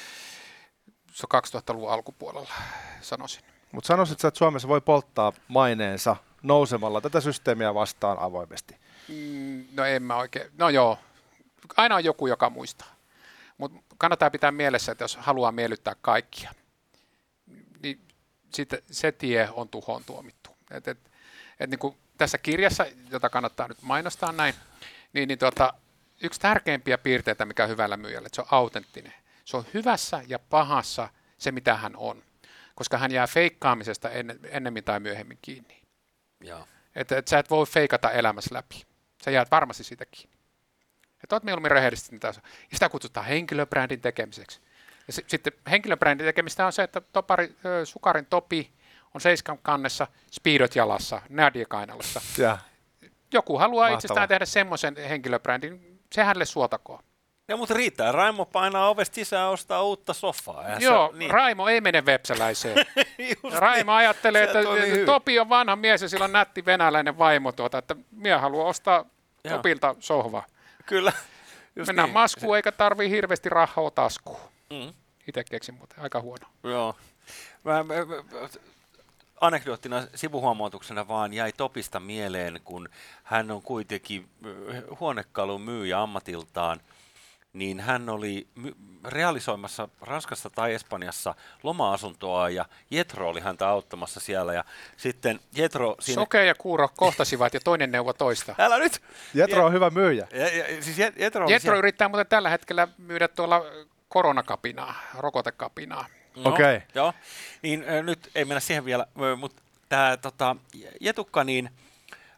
se on kaksituhattaluvun alkupuolella, sanoisin. Mutta sanoisit sä, että Suomessa voi polttaa maineensa nousemalla tätä systeemiä vastaan avoimesti? Mm, no en mä oikein. No joo, aina on joku, joka muistaa. Mutta kannattaa pitää mielessä, että jos haluaa miellyttää kaikkia, niin sitten se tie on tuhoon tuomittu. Et, et, et niin kuin tässä kirjassa, jota kannattaa nyt mainostaa näin, niin, niin tuota, yksi tärkeimpiä piirteitä, mikä on hyvällä myyjällä, että se on autenttinen. Se on hyvässä ja pahassa se, mitä hän on, koska hän jää feikkaamisesta ennen, ennemmin tai myöhemmin kiinni. Että et sä et voi feikata elämässä läpi. Sä jäät varmasti siitä kiinni. Että oot mieluummin rehellisesti. Ja sitä kutsutaan henkilöbrändin tekemiseksi. Ja s- sitten henkilöbrändin tekemistä on se, että topari, ö, Sukarin Topi on seiskan kannessa, speedot jalassa, Nadia kainalossa. Ja. Joku haluaa Mahtavaa. itsestään tehdä semmoisen henkilöbrändin, se hänelle suotakoon. Ja mutta riittää, Raimo painaa ovesta sisään ostaa uutta sofaa. Eihän Joo, se, niin. Raimo ei mene vepsäläiseen. Raimo niin. ajattelee, että Se toimii hyvin. Topi on vanha mies ja sillä on nätti venäläinen vaimo, tuota, että minä haluan ostaa Joo. Topilta sohvaa. Kyllä. Just Mennään niin. maskuun eikä tarvii hirveästi rahaa taskuun. Mm. Itse keksin muuten, aika huono. Joo. Mä, mä, mä, anekdoottina sivuhuomautuksena vaan jäi Topista mieleen, kun hän on kuitenkin huonekalun myyjä ammatiltaan, niin hän oli my- realisoimassa Ranskassa tai Espanjassa loma-asuntoa ja Jetro oli häntä auttamassa siellä ja sitten Jetro siinä... Soke ja Kuuro kohtasivat ja toinen neuvo toista. Älä nyt! Jetro on hyvä myyjä. Ja, ja, siis Jet- Jetro, oli Jetro siellä... yrittää muuten tällä hetkellä myydä tuolla koronakapinaa, rokotekapinaa. No, Okei. Joo, niin äh, nyt ei mennä siihen vielä, mutta tämä tota, Jetukka, niin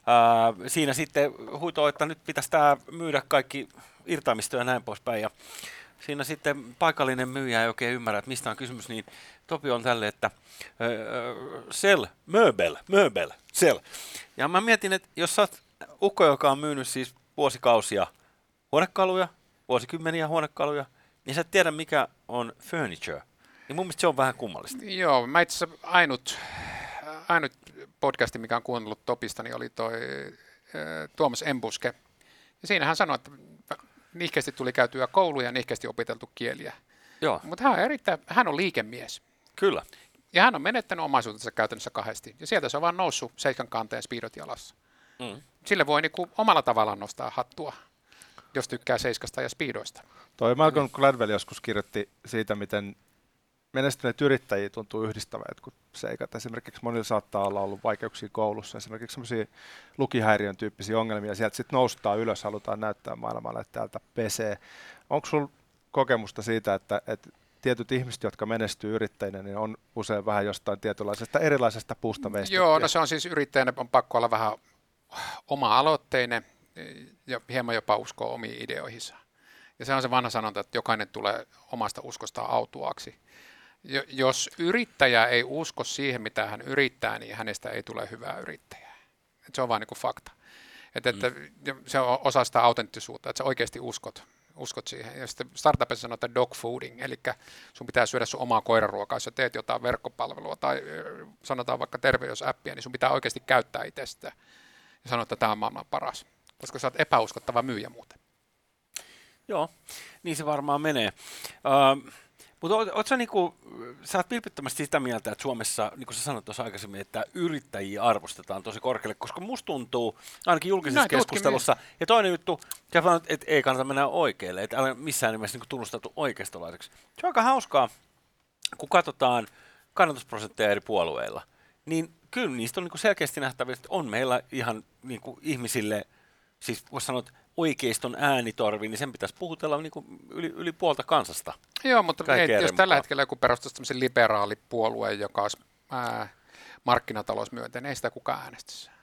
Ää, siinä sitten huitoo, että nyt pitäisi tämä myydä kaikki irtaimisto ja näin poispäin. Ja siinä sitten paikallinen myyjä ei oikein ymmärrä, että mistä on kysymys, niin Topi on tälle, että öö, sell, möbel, möbel, sell. Ja mä mietin, että jos sä oot ukko, joka on myynyt siis vuosikausia huonekaluja, vuosikymmeniä huonekaluja, niin sä et tiedä, mikä on furniture. Niin mun mielestä se on vähän kummallista. Joo, mä itse asiassa ainut, ainut podcasti, mikä on kuunnellut Topista, niin oli toi äh, Tuomas Embuske. Ja siinä hän sanoi, että nihkeästi tuli käytyä kouluja ja nihkeästi opiteltu kieliä. Joo. Mutta hän on erittäin, hän on liikemies. Kyllä. Ja hän on menettänyt omaisuutensa käytännössä kahdesti. Ja sieltä se on vaan noussut seiskan kanteen speedot jalassa. Mm. Sille voi niinku omalla tavallaan nostaa hattua, jos tykkää seiskasta ja speedoista. Toi Malcolm Gladwell joskus kirjoitti siitä, miten menestyneet yrittäjiä tuntuu yhdistävän jotkut seikat. Esimerkiksi monilla saattaa olla ollut vaikeuksia koulussa, esimerkiksi sellaisia lukihäiriön tyyppisiä ongelmia. Sieltä sitten noustaan ylös, halutaan näyttää maailmalle, että täältä pesee. Onko sinulla kokemusta siitä, että, että tietyt ihmiset, jotka menestyy yrittäjinä, niin on usein vähän jostain tietynlaisesta erilaisesta puusta veistettyä? Joo, no se on siis yrittäjänä on pakko olla vähän oma-aloitteinen ja hieman jopa uskoo omiin ideoihinsa. Ja se on se vanha sanonta, että jokainen tulee omasta uskostaan autuaaksi. Jos yrittäjä ei usko siihen, mitä hän yrittää, niin hänestä ei tule hyvää yrittäjää. Et se on vain niin kuin fakta. Et, että mm. Se on osa sitä autenttisuutta, että sä oikeasti uskot, uskot siihen. Ja sitten startupissa sanotaan dog fooding, eli sun pitää syödä sun omaa koiraruokaa. Jos sä teet jotain verkkopalvelua tai sanotaan vaikka terveysappia, niin sun pitää oikeasti käyttää itsestä ja sanoa, että tämä on maailman paras. Koska sä oot epäuskottava myyjä muuten. Joo, niin se varmaan menee. Uh, mutta oot, oot sä, niinku, sä oot vilpittömästi sitä mieltä, että Suomessa, niin kuin sä sanoit tuossa aikaisemmin, että yrittäjiä arvostetaan tosi korkealle, koska musta tuntuu, ainakin julkisessa Näin keskustelussa, tutkimin. Ja toinen juttu, että ei kannata mennä oikealle, että älä missään nimessä niin tunnustettu oikeistolaiseksi. Se on aika hauskaa, kun katsotaan kannatusprosentteja eri puolueilla, niin kyllä niistä on niin selkeästi nähtävissä, että on meillä ihan niin ihmisille, siis voisi sanoa, että oikeiston äänitorvi, niin sen pitäisi puhutella niin kuin yli, yli puolta kansasta. Joo, mutta ei, jos tällä hetkellä joku perustaisi tämmöisen liberaalipuolueen, joka olisi ää, markkinatalousmyönteinen, ei sitä kukaan äänestäisi.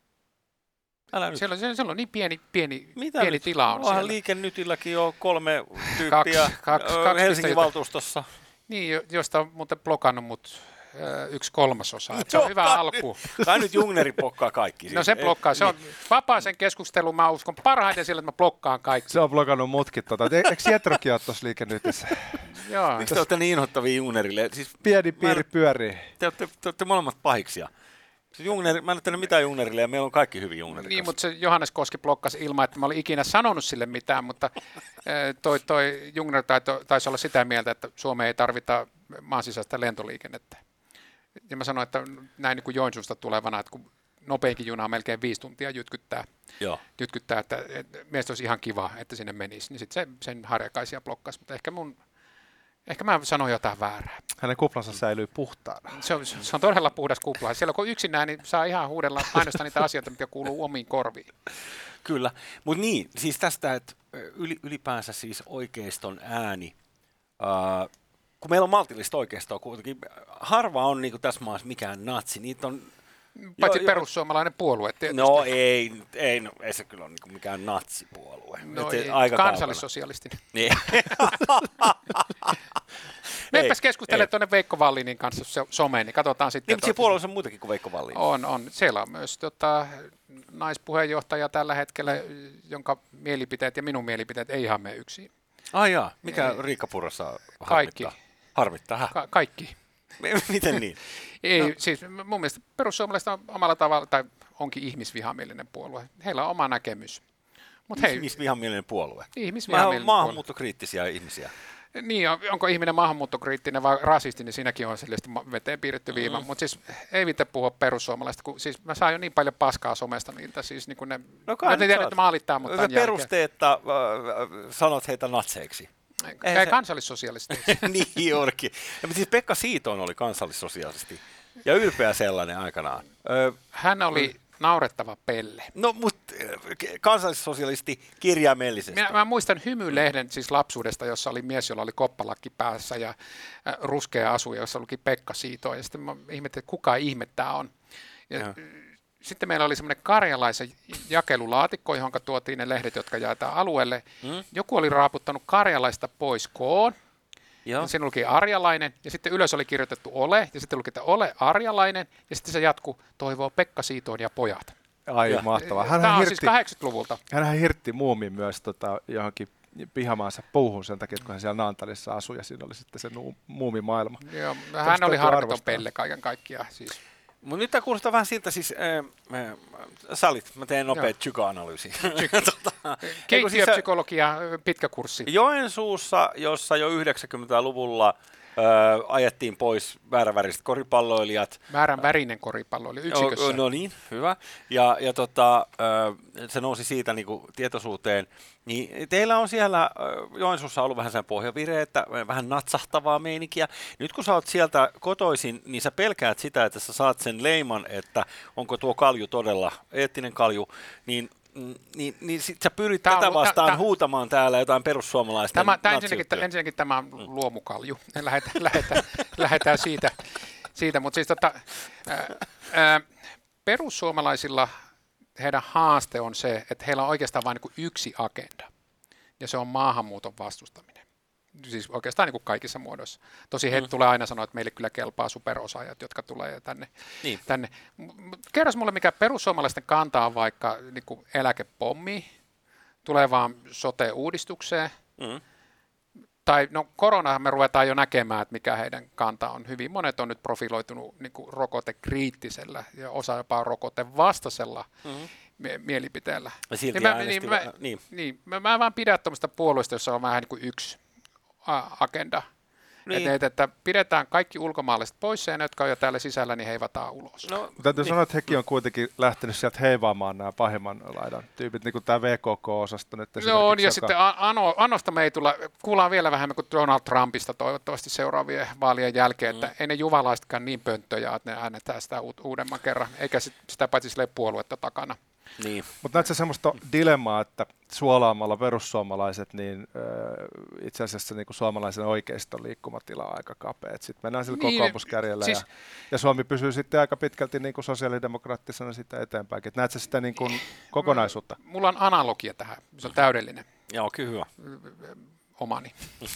Älä nyt. Siellä, on, siellä on niin pieni, pieni, pieni tila on Onhan siellä. Liike Nytilläkin jo kolme tyyppiä kaksi, kaksi, kaksi Helsingin valtuustossa. Niin, josta on muuten blokannut mut yksi kolmasosa. Se on hyvä alku. Tai nyt Jungneri blokkaa kaikki. No se blokkaa. Se on vapaaseen keskusteluun. Mä uskon parhaiten sillä, että mä blokkaan kaikki. Se on blokannut mutkin. Tota. Eikö Jetrokin ole tuossa Liike Nytissä? Joo. Miksi te olette niin inhottavia Jungnerille? Siis pieni piiri pyörii. Te olette, te olette molemmat pahiksia. Jungneri, mä en ole tehnyt mitään Jungnerille ja meillä on kaikki hyvin Jungnerin Niin, mutta se Johannes Koski blokkasi ilman, että mä olin ikinä sanonut sille mitään, mutta toi, toi Jungner taisi olla sitä mieltä, että Suomeen ei tarvita maan sisäistä lentoliikennettä. Ja mä sanoin, että näin niin kuin Joensuusta tulevana, että kun nopeinkin juna on melkein viisi tuntia jytkyttää, Joo. jytkyttää että, että mielestäni olisi ihan kiva, että sinne menisi, niin sitten se sen harjakaisia blokkasi, mutta ehkä mun Ehkä mä sanoin jotain väärää. Hänen kuplansa säilyy puhtaana. Se on, se on todella puhdas kupla. Siellä kun yksinään, niin saa ihan huudella ainoastaan niitä asioita, mitkä kuuluu omiin korviin. Kyllä, mutta niin, siis tästä, että ylipäänsä siis oikeiston ääni, äh, kun meillä on maltillista oikeistoa kuitenkin, harva on niin kuin tässä maassa mikään natsi, niitä on... Paitsi jo, perussuomalainen puolue tietysti. No ei, ei, no, ei se kyllä ole niin mikään natsipuolue. No se, ei, aika kansallissosialistinen. Niin. Mepäs keskustele tuonne Veikko Vallinin kanssa someen, niin katsotaan sitten. Niin, mutta siinä puolueessa on muitakin kuin Veikko Vallin. On, on. Siellä on myös tota, naispuheenjohtaja tällä hetkellä, jonka mielipiteet ja minun mielipiteet ei ihan mene yksin. Ai jaa, mikä ei. Riikka Purrassa harmittaa? Kaikki. Harmittaa? Ka- kaikki. Miten niin? Ei, no. Siis mun mielestä perussuomalaiset on omalla tavalla, tai onkin ihmisvihamielinen puolue. Heillä on oma näkemys. Mut hei, ihmisvihamielinen puolue? Ihmisvihamielinen puolue. Maahanmuuttokriittisiä ihmisiä. Niin, onko ihminen maahanmuuttokriittinen vai rasisti, niin siinäkin on selvästi veteen piirretty viiva. Mm. Mutta siis ei vittu puhua perussuomalaista, kun siis mä saan jo niin paljon paskaa somesta niiltä. Siis niin kuin ne, no mä tiedän, että maalittaa, mutta tämän perusteetta äh, sanot heitä natseiksi. Ei, ei se... kansallissosialisteiksi. Niin onkin. Ja, siis Pekka Siiton oli kansallissosialisti ja ylpeä sellainen aikanaan. Ö, Hän oli mm. naurettava pelle. No, mutta kansallissosialisti kirjaimellisesti. Minä, mä muistan Hymylehden siis lapsuudesta, jossa oli mies, jolla oli koppalakki päässä ja äh, ruskea asuja, jossa luki Pekka Siito. Ja sitten mä ihmettelin, että kuka ihme tämä on. Ja, sitten meillä oli semmoinen karjalaisen jakelulaatikko, johon tuotiin ne lehdet, jotka jaetaan alueelle. Mm. Joku oli raaputtanut karjalaista pois koon. Joo. Siinä luki arjalainen, ja sitten ylös oli kirjoitettu ole, ja sitten luki, että ole arjalainen, ja sitten se jatkuu, toivoo Pekka Siitoon ja pojat. Ai ja. Mahtavaa. Hän Tämä on hirtti, siis kahdeksankymmentäluvulta. Hänhän hirtti muumin myös tota, johonkin pihamaansa puuhun sen takia, että kun hän siellä Naantalissa asui, ja siinä oli sitten se muumimaailma. Joo, hän oli harmiton pelle kaiken kaikkiaan. Siis. Mutta nyt tämä kuulostaa vähän siltä, siis äh, äh, salit, mä teen nopea psykoanalyysi. tota, Keittiöpsykologia, pitkä kurssi. Joensuussa, jossa jo yhdeksänkymmentäluvulla äh, ajettiin pois vääränväriset koripalloilijat. Väärän värinen koripalloilija yksikössä. No, no niin, hyvä. Ja, ja tota, äh, se nousi siitä niin kuin tietoisuuteen. Niin teillä on siellä Joensuussa ollut vähän sen pohjavireettä, vähän natsahtavaa meininkiä. Nyt kun sä oot sieltä kotoisin, niin sä pelkäät sitä, että sä saat sen leiman, että onko tuo kalju todella eettinen kalju, niin, niin, niin sit sä pyrit tämä tätä vastaan ta, ta, huutamaan täällä jotain perussuomalaisten tämä, tämä ensinnäkin, ensinnäkin tämä on luomukalju. Lähetään, lähetään, lähetään siitä, siitä. Mutta siis tota, ää, ää, perussuomalaisilla heidän haaste on se, että heillä on oikeastaan vain niin yksi agenda, ja se on maahanmuuton vastustaminen. Siis oikeastaan niin kuin kaikissa muodoissa. Tosi he mm. tulee aina sanoa, että meille kyllä kelpaa superosaajat, jotka tulee tänne. Niin. tänne. Kerros mulle, mikä perussuomalaisten kanta on vaikka niin kuin eläkepommi, tulevaan sote-uudistukseen, mm. tai no koronahan me ruvetaan jo näkemään, että mikä heidän kanta on. Hyvin monet on nyt profiloitunut niin kuin rokotekriittisellä ja osa jopa rokotevastaisella mm-hmm. mie- mielipiteellä. Silti niin mä, niin, mä, niin. Niin, mä, mä vaan pidän tuommoista puolueesta, jossa on vähän niin kuin yksi a- agenda. Niin. Että, että pidetään kaikki ulkomaalaiset pois ja ne, jotka on jo täällä sisällä, niin heivataan ulos. No, täytyy niin. sanoa, että hekin on kuitenkin lähtenyt sieltä heivaamaan nämä pahimman laidan tyypit, niin kuin tämä V K K-osasto nyt esimerkiksi. Joo, ja joka... sitten ano, Anosta me ei tulla, kuullaan vielä vähemmän kuin Donald Trumpista toivottavasti seuraavien vaalien jälkeen, mm. että ei ne juvalaisetkaan niin pönttöjä, että ne äänetään sitä uudemman kerran, eikä sitä paitsi sille puoluetta takana. Niin. Mutta näetkö semmoista dilemmaa, että suolaamalla perussuomalaiset, niin äh, itse asiassa niin kuin suomalaisen oikeiston liikkumatila on aika kapea. Sitten mennään sillä niin, kokoomuskärjellä siis, ja, ja Suomi pysyy sitten aika pitkälti niin kuin sosiaalidemokraattisena sitä eteenpäinkin. Näetkö sitä niin kuin kokonaisuutta? Mulla on analogia tähän, se on täydellinen. Joo, kyllä hyvä. Omani.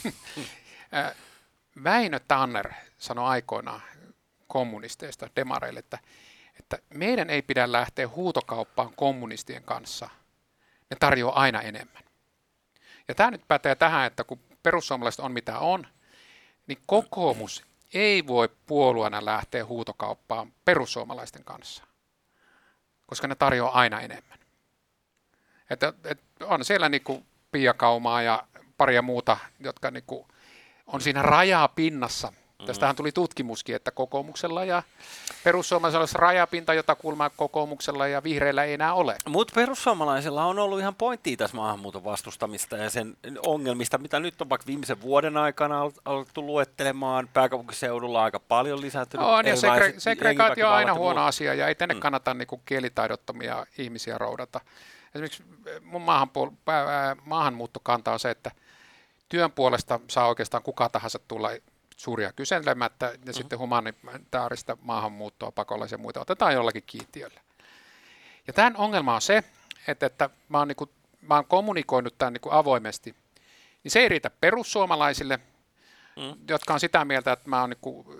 Väinö Tanner sanoi aikoinaan kommunisteista, demareille, että että meidän ei pidä lähteä huutokauppaan kommunistien kanssa. Ne tarjoaa aina enemmän. Ja tämä nyt pätee tähän, että kun perussuomalaiset on mitä on, niin kokoomus ei voi puolueena lähteä huutokauppaan perussuomalaisten kanssa, koska ne tarjoaa aina enemmän. Että, että on siellä niinku Pia Kaumaa ja paria muuta, jotka niinku on siinä rajapinnassa. Tästähän tuli tutkimuskin, että kokoomuksella ja perussuomalaisella olisi rajapinta, jota kuulemma kokoomuksella ja vihreillä ei enää ole. Mutta perussuomalaisilla on ollut ihan pointtia tässä maahanmuuton vastustamista ja sen ongelmista, mitä nyt on vaikka viimeisen vuoden aikana alettu luettelemaan. Pääkaupunkiseudulla aika paljon lisääntynyt. On, ja segre- segregaatio on aina huono asia, ja ei tänne mm. kannata niinku kielitaidottomia ihmisiä roudata. Esimerkiksi mun maahanpuol- maahanmuuttokanta on se, että työn puolesta saa oikeastaan kuka tahansa tulla suuria kyselemättä, ja mm-hmm. sitten humanitaarista maahanmuuttoa, pakolaisia ja muita otetaan jollakin kiintiöllä. Ja tämän ongelma on se, että, että mä, oon niinku, mä oon kommunikoinut tämän niinku avoimesti, niin se ei riitä perussuomalaisille, mm. jotka on sitä mieltä, että mä oon niinku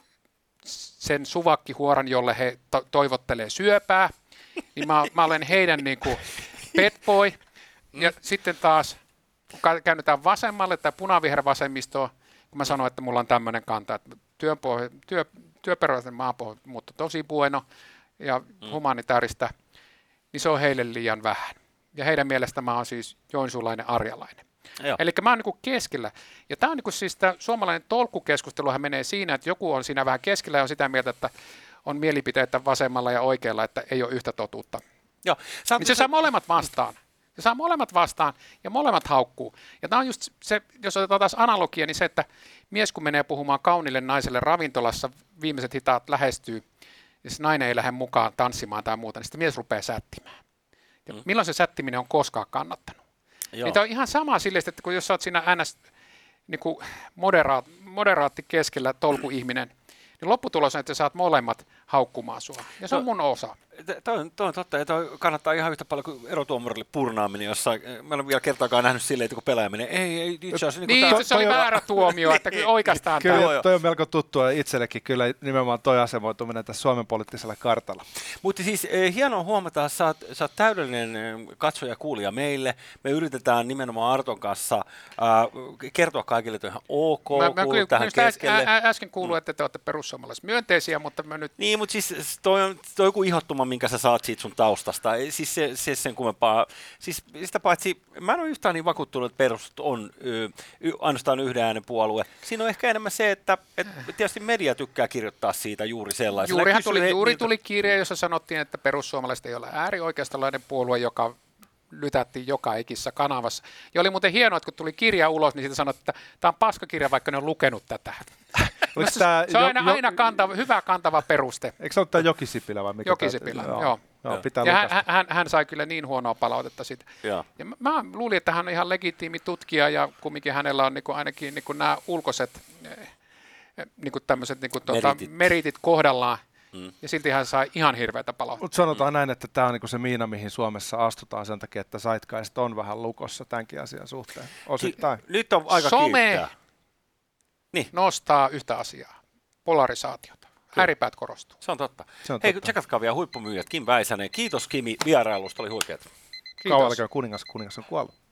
sen suvakkihuoran, jolle he to- toivottelee syöpää, niin mä, mä olen heidän niinku pet boy, ja mm. sitten taas, kun käännytään vasemmalle tai punavihervasemmistoon, kun mä sanoin, että mulla on tämmöinen kanta, että työpohja, työ, työperäisen maahanmuutto tosi bueno ja mm. humanitaarista, niin se on heille liian vähän. Ja heidän mielestä mä oon siis joensuulainen arjalainen. Eli mä oon niin keskellä. Ja tämä on niin siis tämä suomalainen tolkkukeskusteluhan menee siinä, että joku on siinä vähän keskellä ja on sitä mieltä, että on mielipiteitä vasemmalla ja oikealla, että ei ole yhtä totuutta. Joo. Niin se saa molemmat vastaan. Se saa molemmat vastaan ja molemmat haukkuu. Ja tämä on just se, jos otetaan taas analogia, niin se, että mies kun menee puhumaan kaunille naiselle ravintolassa, viimeiset hitaat lähestyy, ja se nainen ei lähde mukaan tanssimaan tai muuta, niin sitten mies rupeaa sättimään. Ja mm. milloin se sättiminen on koskaan kannattanut? Niin tämä on ihan sama sille, että kun jos sä oot siinä ns. Niin kuin moderaat, moderaatti keskellä tolkuihminen, niin lopputulos on, että sä saat molemmat haukkumaan sua. Ja se no, on mun osa. Toi on, toi on totta, ja toi kannattaa ihan yhtä paljon kuin erotuomarille purnaaminen jossain. Mä en ole vielä kertaakaan nähnyt silleen, että kun pelaaminen, ei, ei itse asiassa. Niin, niin tää, se oli toi, väärä tuomio, että kyllä oikeastaan kyllä, Joo, joo. toi on melko tuttua itsellekin, kyllä nimenomaan toi asemoituminen tässä Suomen poliittisella kartalla. Mutta siis eh, hienoa huomata, että sä oot, sä oot täydellinen eh, katsoja ja kuulija meille. Me yritetään nimenomaan Arton kanssa äh, kertoa kaikille, että on ihan ok, Mä, mä kuulu kyllä, tähän kyllä keskelle. ä, ä, äsken kuului, että te olette perussuomalaiset myönteisiä, mutta mä nyt... Niin, mutta siis toi on, toi on joku ihottuma, minkä sä saat siitä sun taustasta. Ei, siis se, se sen kummempaa. Siis sitä paitsi, mä en ole yhtään niin vakuuttunut, että perustus on y, y, ainoastaan yhden äänen puolue. Siinä on ehkä enemmän se, että et, tietysti media tykkää kirjoittaa siitä juuri sellaisella. Juurihan tuli, Kysyy juuri niiltä- tuli kirje, jossa sanottiin, että perussuomalaiset ei ole äärioikeistolainen puolue, joka lytättiin joka ikissä kanavassa. Ja oli muuten hienoa, että kun tuli kirja ulos, niin siitä sanottiin, että tämä on paskakirja, vaikka ne on lukenut tätä. Oliko se, tää se on jo- aina, jo- aina kantava, hyvä kantava peruste. Eikö se ollut tämä Jokisipilä vai mikä? Jokisipilä, tää- joo. joo pitää Ja hän, lukasta. hän, hän sai kyllä niin huonoa palautetta siitä. Joo. Ja mä, mä luulin, että hän on ihan legitiimi tutkija ja kumminkin hänellä on niinku ainakin niinku nämä ulkoiset eh, niinku tämmöiset niinku tuota, Meritit. meritit kohdallaan. Mm. Ja silti hän sai ihan hirveätä palautetta. Mutta sanotaan näin, että tämä on niinku se miina, mihin Suomessa astutaan sen takia, että Zeitgeist on vähän lukossa tämänkin asian suhteen. Osittain. Ki- Nyt on aika Some kiittää. Niin. nostaa yhtä asiaa, polarisaatiota. Ääripäät korostuu. Se on totta. Se on Hei, totta. tsekatkaa vielä huippumyyjät. Kim Väisänen. Kiitos Kimi vierailusta, oli huikeet. Kauan älkää kuningas, kuningas on kuollut.